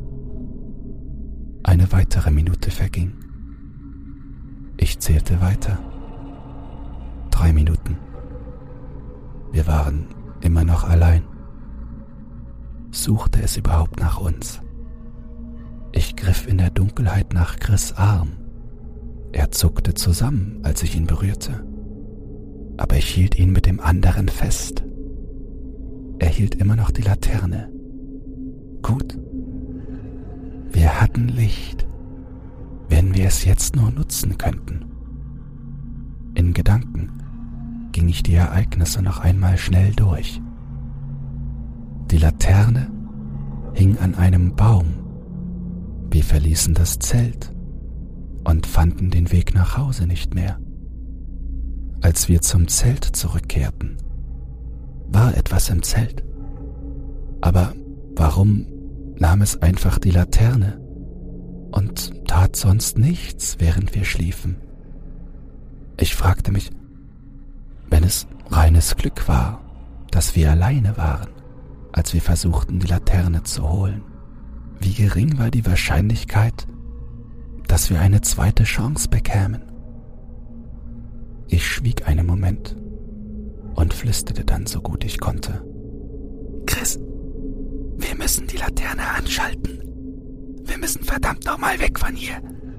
Eine weitere Minute verging. Ich zählte weiter. Drei Minuten. Wir waren immer noch allein. Suchte es überhaupt nach uns? Ich griff in der Dunkelheit nach Chris' Arm. Er zuckte zusammen, als ich ihn berührte. Aber ich hielt ihn mit dem anderen fest. Er hielt immer noch die Laterne. Gut. Wir hatten Licht, wenn wir es jetzt nur nutzen könnten. In Gedanken ging ich die Ereignisse noch einmal schnell durch. Die Laterne hing an einem Baum. Wir verließen das Zelt und fanden den Weg nach Hause nicht mehr. Als wir zum Zelt zurückkehrten, war etwas im Zelt. Aber warum nahm es einfach die Laterne und tat sonst nichts, während wir schliefen? Ich fragte mich, wenn es reines Glück war, dass wir alleine waren, als wir versuchten, die Laterne zu holen, wie gering war die Wahrscheinlichkeit, dass wir eine zweite Chance bekämen? Ich schwieg einen Moment und flüsterte dann so gut ich konnte. Chris, wir müssen die Laterne anschalten. Wir müssen verdammt nochmal weg von hier.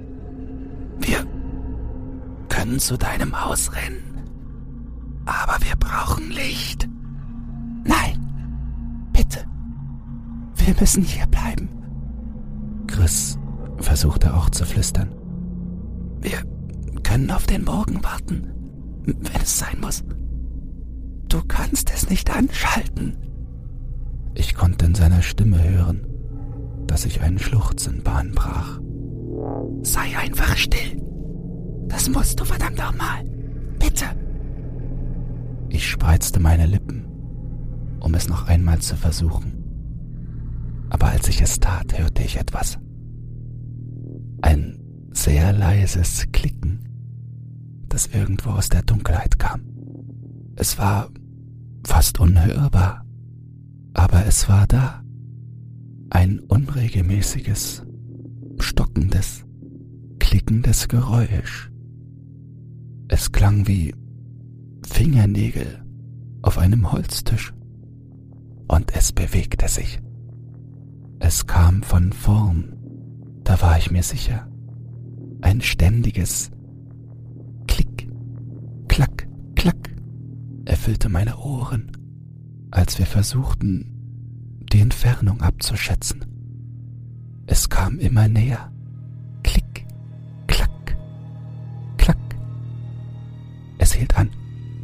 Wir können zu deinem Haus rennen, aber wir brauchen Licht. Nein, bitte, wir müssen hier bleiben. Chris versuchte auch zu flüstern. Wir können auf den Morgen warten, wenn es sein muss. Du kannst es nicht anschalten. Ich konnte in seiner Stimme hören, dass sich ein Schluchzen Bahn brach. Sei einfach still. Das musst du verdammt nochmal. Bitte. Ich spreizte meine Lippen, um es noch einmal zu versuchen. Aber als ich es tat, hörte ich etwas. Ein sehr leises Klicken, das irgendwo aus der Dunkelheit kam. Es war fast unhörbar, aber es war da. Ein unregelmäßiges, stockendes, klickendes Geräusch. Es klang wie Fingernägel auf einem Holztisch. Und es bewegte sich. Es kam von vorn, da war ich mir sicher. Ein ständiges Klick, Klack, Klack erfüllte meine Ohren, als wir versuchten, die Entfernung abzuschätzen. Es kam immer näher. Klick, klack, klack. Es hielt an.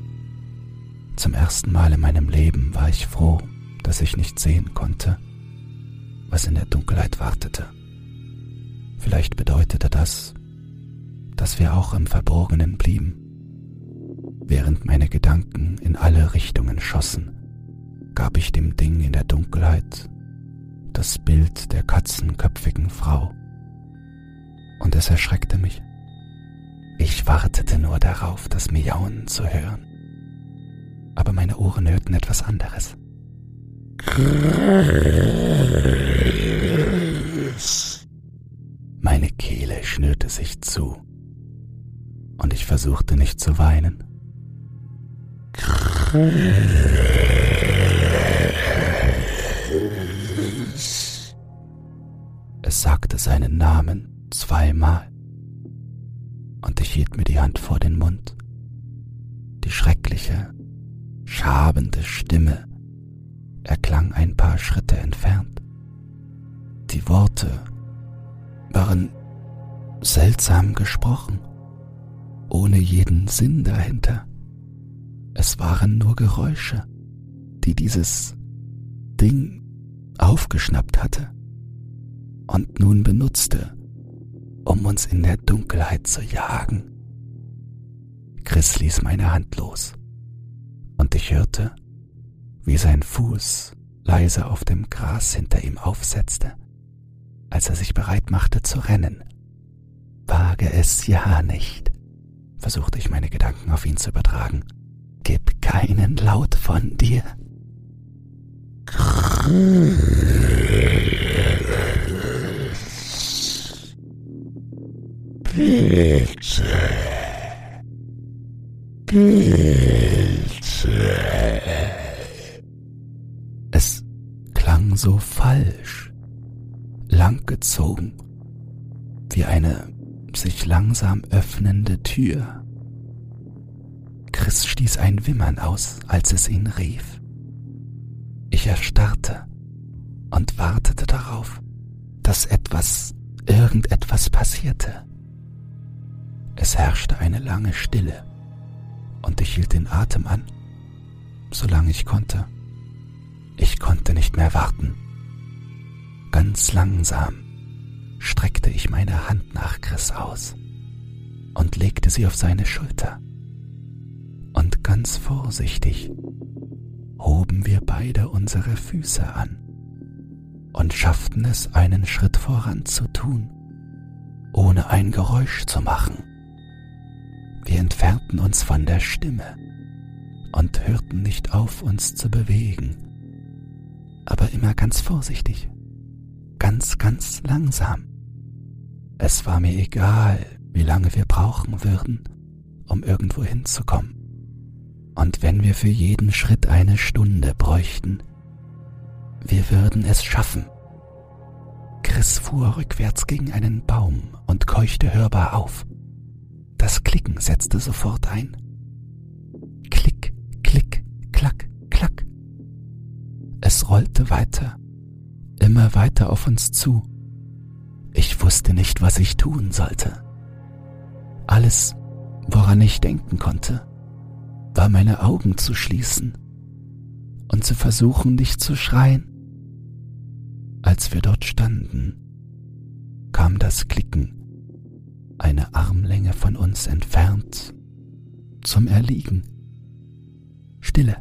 Zum ersten Mal in meinem Leben war ich froh, dass ich nicht sehen konnte, was in der Dunkelheit wartete. Vielleicht bedeutete das, dass wir auch im Verborgenen blieben, während meine Gedanken in alle Richtungen schossen, gab ich dem Ding in der Dunkelheit das Bild der katzenköpfigen Frau, und es erschreckte mich. Ich wartete nur darauf, das Miauen zu hören, aber meine Ohren hörten etwas anderes. Meine Kehle schnürte sich zu, und ich versuchte nicht zu weinen. Es sagte seinen Namen zweimal, und ich hielt mir die Hand vor den Mund. Die schreckliche, schabende Stimme erklang ein paar Schritte entfernt. Die Worte waren seltsam gesprochen, ohne jeden Sinn dahinter. Es waren nur Geräusche, die dieses Ding aufgeschnappt hatte und nun benutzte, um uns in der Dunkelheit zu jagen. Chris ließ meine Hand los, und ich hörte, wie sein Fuß leise auf dem Gras hinter ihm aufsetzte, als er sich bereit machte zu rennen. Wage es ja nicht, versuchte ich meine Gedanken auf ihn zu übertragen. Gib keinen Laut von dir. Bitte. Bitte. Es klang so falsch, langgezogen, wie eine sich langsam öffnende Tür. Chris stieß ein Wimmern aus, als es ihn rief. Ich erstarrte und wartete darauf, dass etwas, irgendetwas passierte. Es herrschte eine lange Stille, und ich hielt den Atem an, solange ich konnte. Ich konnte nicht mehr warten. Ganz langsam streckte ich meine Hand nach Chris aus und legte sie auf seine Schulter. Und ganz vorsichtig hoben wir beide unsere Füße an und schafften es, einen Schritt voran zu tun, ohne ein Geräusch zu machen. Wir entfernten uns von der Stimme und hörten nicht auf, uns zu bewegen, aber immer ganz vorsichtig, ganz, ganz langsam. Es war mir egal, wie lange wir brauchen würden, um irgendwo hinzukommen. Und wenn wir für jeden Schritt eine Stunde bräuchten, wir würden es schaffen. Chris fuhr rückwärts gegen einen Baum und keuchte hörbar auf. Das Klicken setzte sofort ein. Klick, klick, klack, klack. Es rollte weiter, immer weiter auf uns zu. Ich wusste nicht, was ich tun sollte. Alles, woran ich denken konnte, war meine Augen zu schließen und zu versuchen, nicht zu schreien. Als wir dort standen, kam das Klicken eine Armlänge von uns entfernt zum Erliegen. Stille.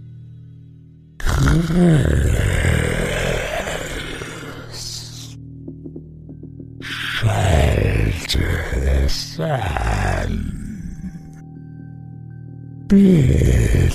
Schalte es an. Bitte.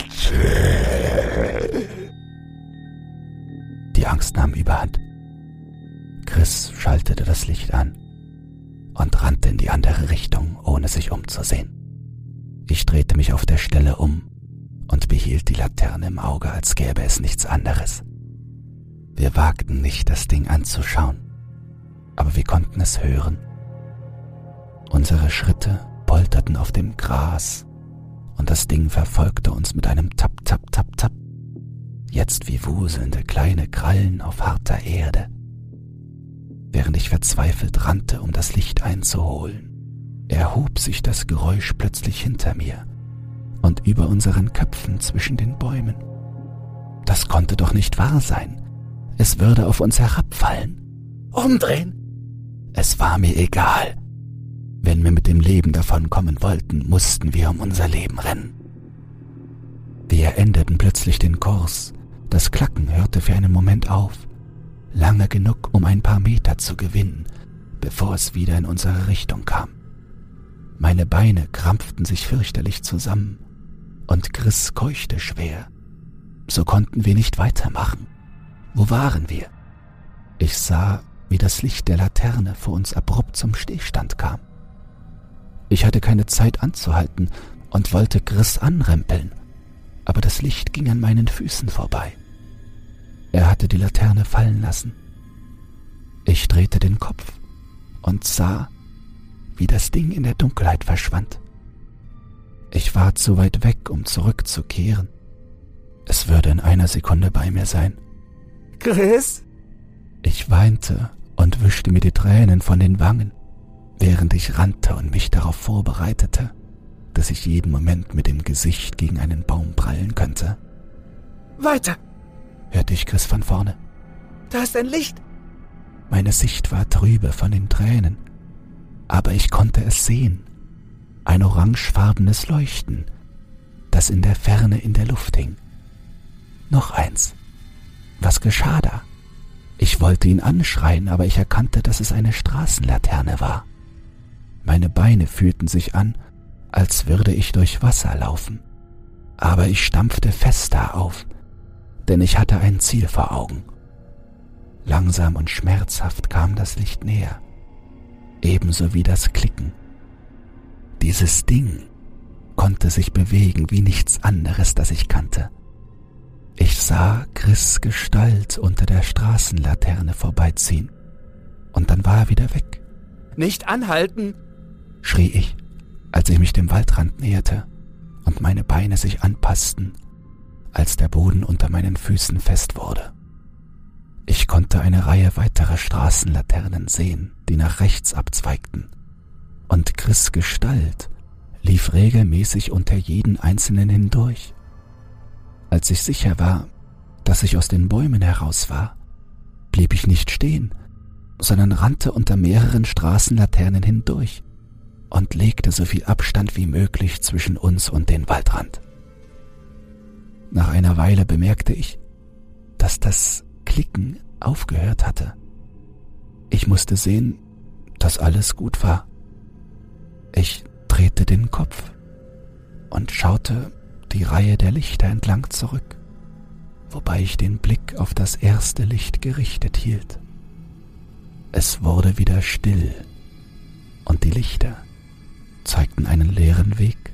Die Angst nahm überhand. Chris schaltete das Licht an und rannte in die andere Richtung, ohne sich umzusehen. Ich drehte mich auf der Stelle um und behielt die Laterne im Auge, als gäbe es nichts anderes. Wir wagten nicht, das Ding anzuschauen, aber wir konnten es hören. Unsere Schritte polterten auf dem Gras, und das Ding verfolgte uns mit einem Tap, Tap, Tap, Tap, jetzt wie wuselnde kleine Krallen auf harter Erde. Während ich verzweifelt rannte, um das Licht einzuholen, erhob sich das Geräusch plötzlich hinter mir und über unseren Köpfen zwischen den Bäumen. Das konnte doch nicht wahr sein. Es würde auf uns herabfallen. Umdrehen! Es war mir egal. Wenn wir mit dem Leben davonkommen wollten, mussten wir um unser Leben rennen. Wir endeten plötzlich den Kurs, Das Klacken hörte für einen Moment auf, lange genug, um ein paar Meter zu gewinnen, bevor es wieder in unsere Richtung kam. Meine Beine krampften sich fürchterlich zusammen und Chris keuchte schwer. So konnten wir nicht weitermachen. Wo waren wir? Ich sah, wie das Licht der Laterne vor uns abrupt zum Stillstand kam. Ich hatte keine Zeit anzuhalten und wollte Chris anrempeln, aber das Licht ging an meinen Füßen vorbei. Er hatte die Laterne fallen lassen. Ich drehte den Kopf und sah, wie das Ding in der Dunkelheit verschwand. Ich war zu weit weg, um zurückzukehren. Es würde in einer Sekunde bei mir sein. Chris? Ich weinte und wischte mir die Tränen von den Wangen, während ich rannte und mich darauf vorbereitete, dass ich jeden Moment mit dem Gesicht gegen einen Baum prallen könnte. Weiter! Hörte ich Chris von vorne. Da ist ein Licht! Meine Sicht war trübe von den Tränen, aber ich konnte es sehen. Ein orangefarbenes Leuchten, das in der Ferne in der Luft hing. Noch eins. Was geschah da? Ich wollte ihn anschreien, aber ich erkannte, dass es eine Straßenlaterne war. Meine Beine fühlten sich an, als würde ich durch Wasser laufen. Aber ich stampfte fester auf, denn ich hatte ein Ziel vor Augen. Langsam und schmerzhaft kam das Licht näher, ebenso wie das Klicken. Dieses Ding konnte sich bewegen wie nichts anderes, das ich kannte. Ich sah Chris' Gestalt unter der Straßenlaterne vorbeiziehen, und dann war er wieder weg. Nicht anhalten! Schrie ich, als ich mich dem Waldrand näherte und meine Beine sich anpassten, als der Boden unter meinen Füßen fest wurde. Ich konnte eine Reihe weiterer Straßenlaternen sehen, die nach rechts abzweigten, und Chris' Gestalt lief regelmäßig unter jeden einzelnen hindurch. Als ich sicher war, dass ich aus den Bäumen heraus war, blieb ich nicht stehen, sondern rannte unter mehreren Straßenlaternen hindurch und legte so viel Abstand wie möglich zwischen uns und den Waldrand. Nach einer Weile bemerkte ich, dass das Klicken aufgehört hatte. Ich musste sehen, dass alles gut war. Ich drehte den Kopf und schaute die Reihe der Lichter entlang zurück, wobei ich den Blick auf das erste Licht gerichtet hielt. Es wurde wieder still und die Lichter zeigten einen leeren Weg.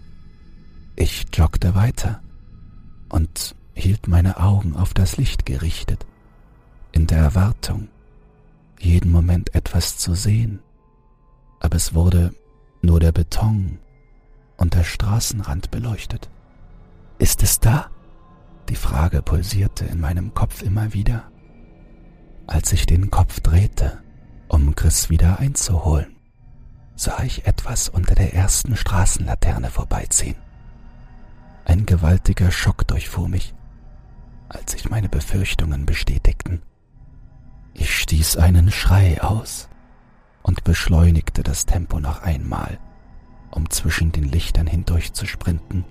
Ich joggte weiter und hielt meine Augen auf das Licht gerichtet, in der Erwartung, jeden Moment etwas zu sehen, aber es wurde nur der Beton und der Straßenrand beleuchtet. »Ist es da?« Die Frage pulsierte in meinem Kopf immer wieder. Als ich den Kopf drehte, um Chris wieder einzuholen, sah ich etwas unter der ersten Straßenlaterne vorbeiziehen. Ein gewaltiger Schock durchfuhr mich, als sich meine Befürchtungen bestätigten. Ich stieß einen Schrei aus und beschleunigte das Tempo noch einmal, um zwischen den Lichtern hindurch zu sprinten.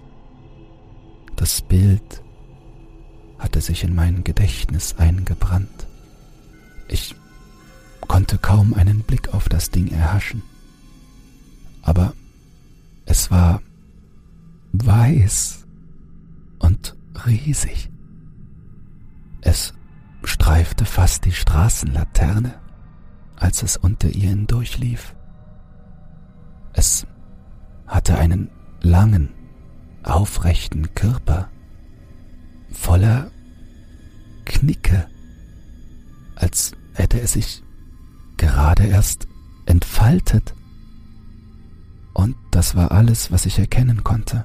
Das Bild hatte sich in mein Gedächtnis eingebrannt. Ich konnte kaum einen Blick auf das Ding erhaschen, aber es war weiß und riesig. Es streifte fast die Straßenlaterne, als es unter ihr hindurchlief. Es hatte einen langen, aufrechten Körper, voller Knicke, als hätte es sich gerade erst entfaltet. Und das war alles, was ich erkennen konnte.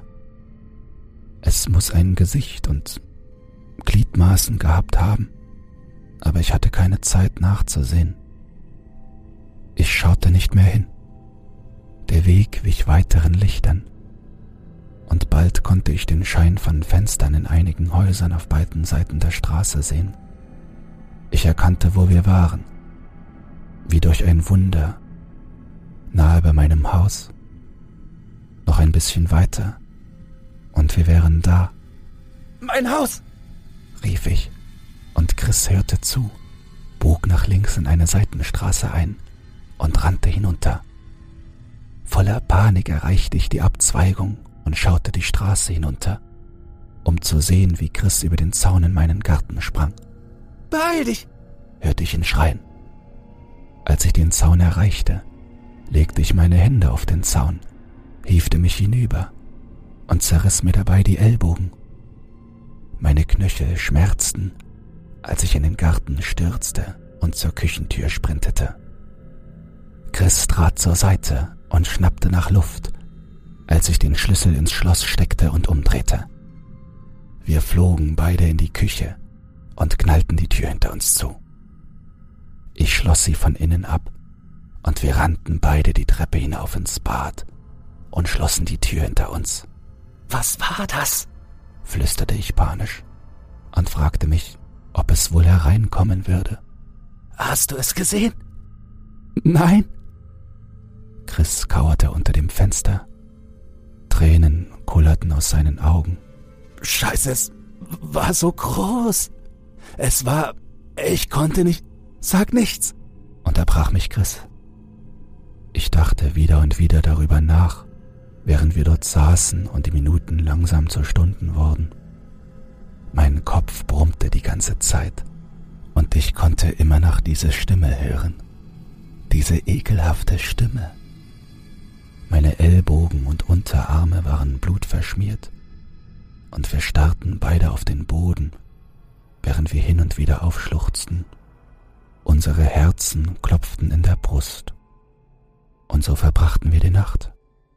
Es muss ein Gesicht und Gliedmaßen gehabt haben, aber ich hatte keine Zeit nachzusehen. Ich schaute nicht mehr hin. Der Weg wich weiteren Lichtern, und bald konnte ich den Schein von Fenstern in einigen Häusern auf beiden Seiten der Straße sehen. Ich erkannte, wo wir waren, wie durch ein Wunder, nahe bei meinem Haus. Noch ein bisschen weiter, und wir wären da. »Mein Haus!« rief ich, und Chris hörte zu, bog nach links in eine Seitenstraße ein und rannte hinunter. Voller Panik erreichte ich die Abzweigung und schaute die Straße hinunter, um zu sehen, wie Chris über den Zaun in meinen Garten sprang. »Beeil dich!« hörte ich ihn schreien. Als ich den Zaun erreichte, legte ich meine Hände auf den Zaun, hiefte mich hinüber und zerriss mir dabei die Ellbogen. Meine Knöchel schmerzten, als ich in den Garten stürzte und zur Küchentür sprintete. Chris trat zur Seite und schnappte nach Luft, als ich den Schlüssel ins Schloss steckte und umdrehte. Wir flogen beide in die Küche und knallten die Tür hinter uns zu. Ich schloss sie von innen ab und wir rannten beide die Treppe hinauf ins Bad und schlossen die Tür hinter uns. »Was war das?« flüsterte ich panisch und fragte mich, ob es wohl hereinkommen würde. »Hast du es gesehen?« »Nein.« Chris kauerte unter dem Fenster. Tränen kullerten aus seinen Augen. »Scheiße, es war so groß. Es war... Ich konnte nicht... Sag nichts«, unterbrach mich Chris. Ich dachte wieder und wieder darüber nach, während wir dort saßen und die Minuten langsam zu Stunden wurden. Mein Kopf brummte die ganze Zeit und ich konnte immer noch diese Stimme hören. Diese ekelhafte Stimme. Meine Ellbogen und Unterarme waren blutverschmiert und wir starrten beide auf den Boden, während wir hin und wieder aufschluchzten. Unsere Herzen klopften in der Brust und so verbrachten wir die Nacht.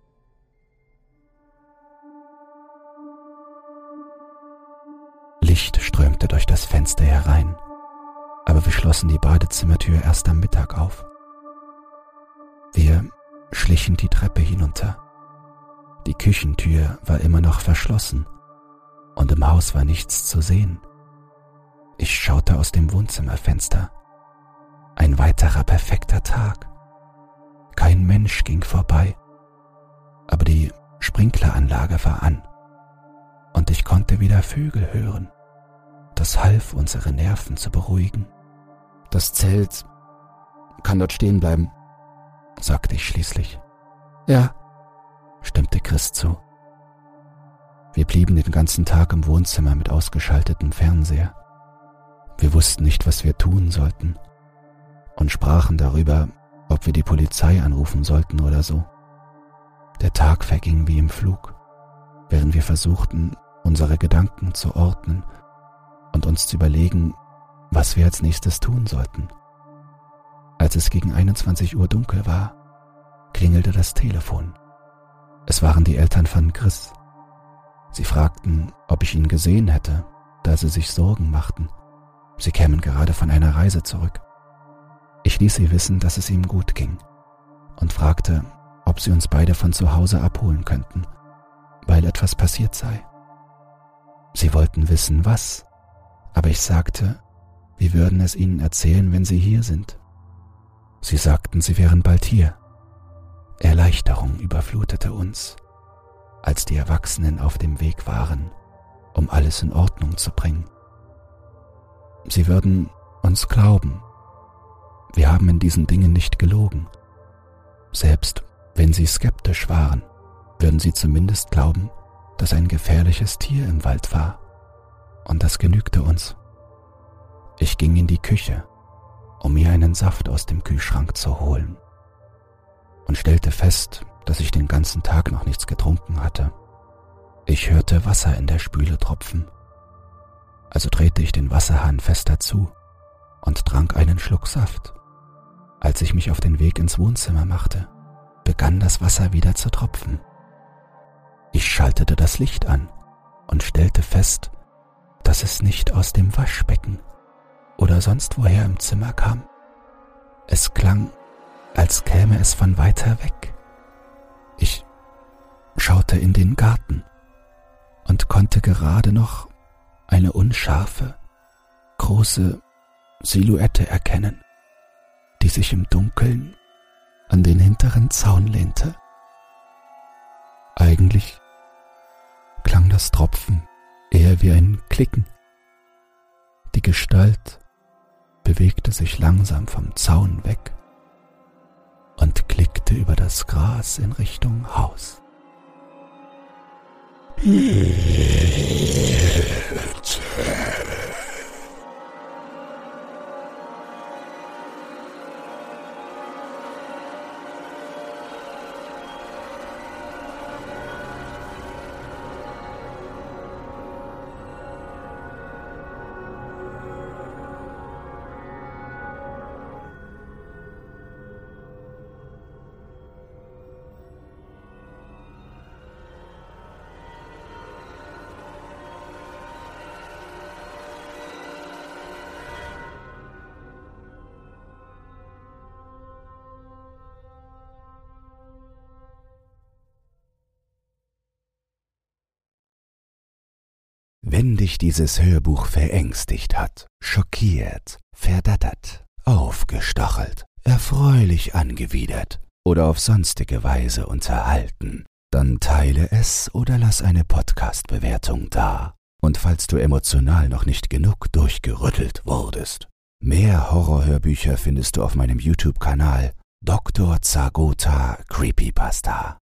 Licht strömte durch das Fenster herein, aber wir schlossen die Badezimmertür erst am Mittag auf. Wir schlichen die Treppe hinunter. Die Küchentür war immer noch verschlossen und im Haus war nichts zu sehen. Ich schaute aus dem Wohnzimmerfenster. Ein weiterer perfekter Tag. Kein Mensch ging vorbei, aber die Sprinkleranlage war an und ich konnte wieder Vögel hören. Das half, unsere Nerven zu beruhigen. Das Zelt kann dort stehen bleiben, sagte ich schließlich. Ja, stimmte Chris zu. Wir blieben den ganzen Tag im Wohnzimmer mit ausgeschaltetem Fernseher. Wir wussten nicht, was wir tun sollten und sprachen darüber, ob wir die Polizei anrufen sollten oder so. Der Tag verging wie im Flug, während wir versuchten, unsere Gedanken zu ordnen und uns zu überlegen, was wir als nächstes tun sollten. Als es gegen einundzwanzig Uhr dunkel war, klingelte das Telefon. Es waren die Eltern von Chris. Sie fragten, ob ich ihn gesehen hätte, da sie sich Sorgen machten. Sie kämen gerade von einer Reise zurück. Ich ließ sie wissen, dass es ihm gut ging und fragte, ob sie uns beide von zu Hause abholen könnten, weil etwas passiert sei. Sie wollten wissen, was, aber ich sagte, wir würden es ihnen erzählen, wenn sie hier sind. Sie sagten, sie wären bald hier. Erleichterung überflutete uns, als die Erwachsenen auf dem Weg waren, um alles in Ordnung zu bringen. Sie würden uns glauben. Wir haben in diesen Dingen nicht gelogen. Selbst wenn sie skeptisch waren, würden sie zumindest glauben, dass ein gefährliches Tier im Wald war. Und das genügte uns. Ich ging in die Küche, um mir einen Saft aus dem Kühlschrank zu holen, und stellte fest, dass ich den ganzen Tag noch nichts getrunken hatte. Ich hörte Wasser in der Spüle tropfen. Also drehte ich den Wasserhahn fester zu und trank einen Schluck Saft. Als ich mich auf den Weg ins Wohnzimmer machte, begann das Wasser wieder zu tropfen. Ich schaltete das Licht an und stellte fest, dass es nicht aus dem Waschbecken oder sonst woher im Zimmer kam. Es klang, als käme es von weiter weg. Ich schaute in den Garten und konnte gerade noch eine unscharfe, große Silhouette erkennen, die sich im Dunkeln an den hinteren Zaun lehnte. Eigentlich klang das Tropfen eher wie ein Klicken, Gestalt bewegte sich langsam vom Zaun weg und klickte über das Gras in Richtung Haus. Wenn dich dieses Hörbuch verängstigt hat, schockiert, verdattert, aufgestachelt, erfreulich angewidert oder auf sonstige Weise unterhalten, dann teile es oder lass eine Podcast-Bewertung da. Und falls du emotional noch nicht genug durchgerüttelt wurdest, mehr Horrorhörbücher findest du auf meinem YouTube-Kanal Doktor Zagota Creepypasta.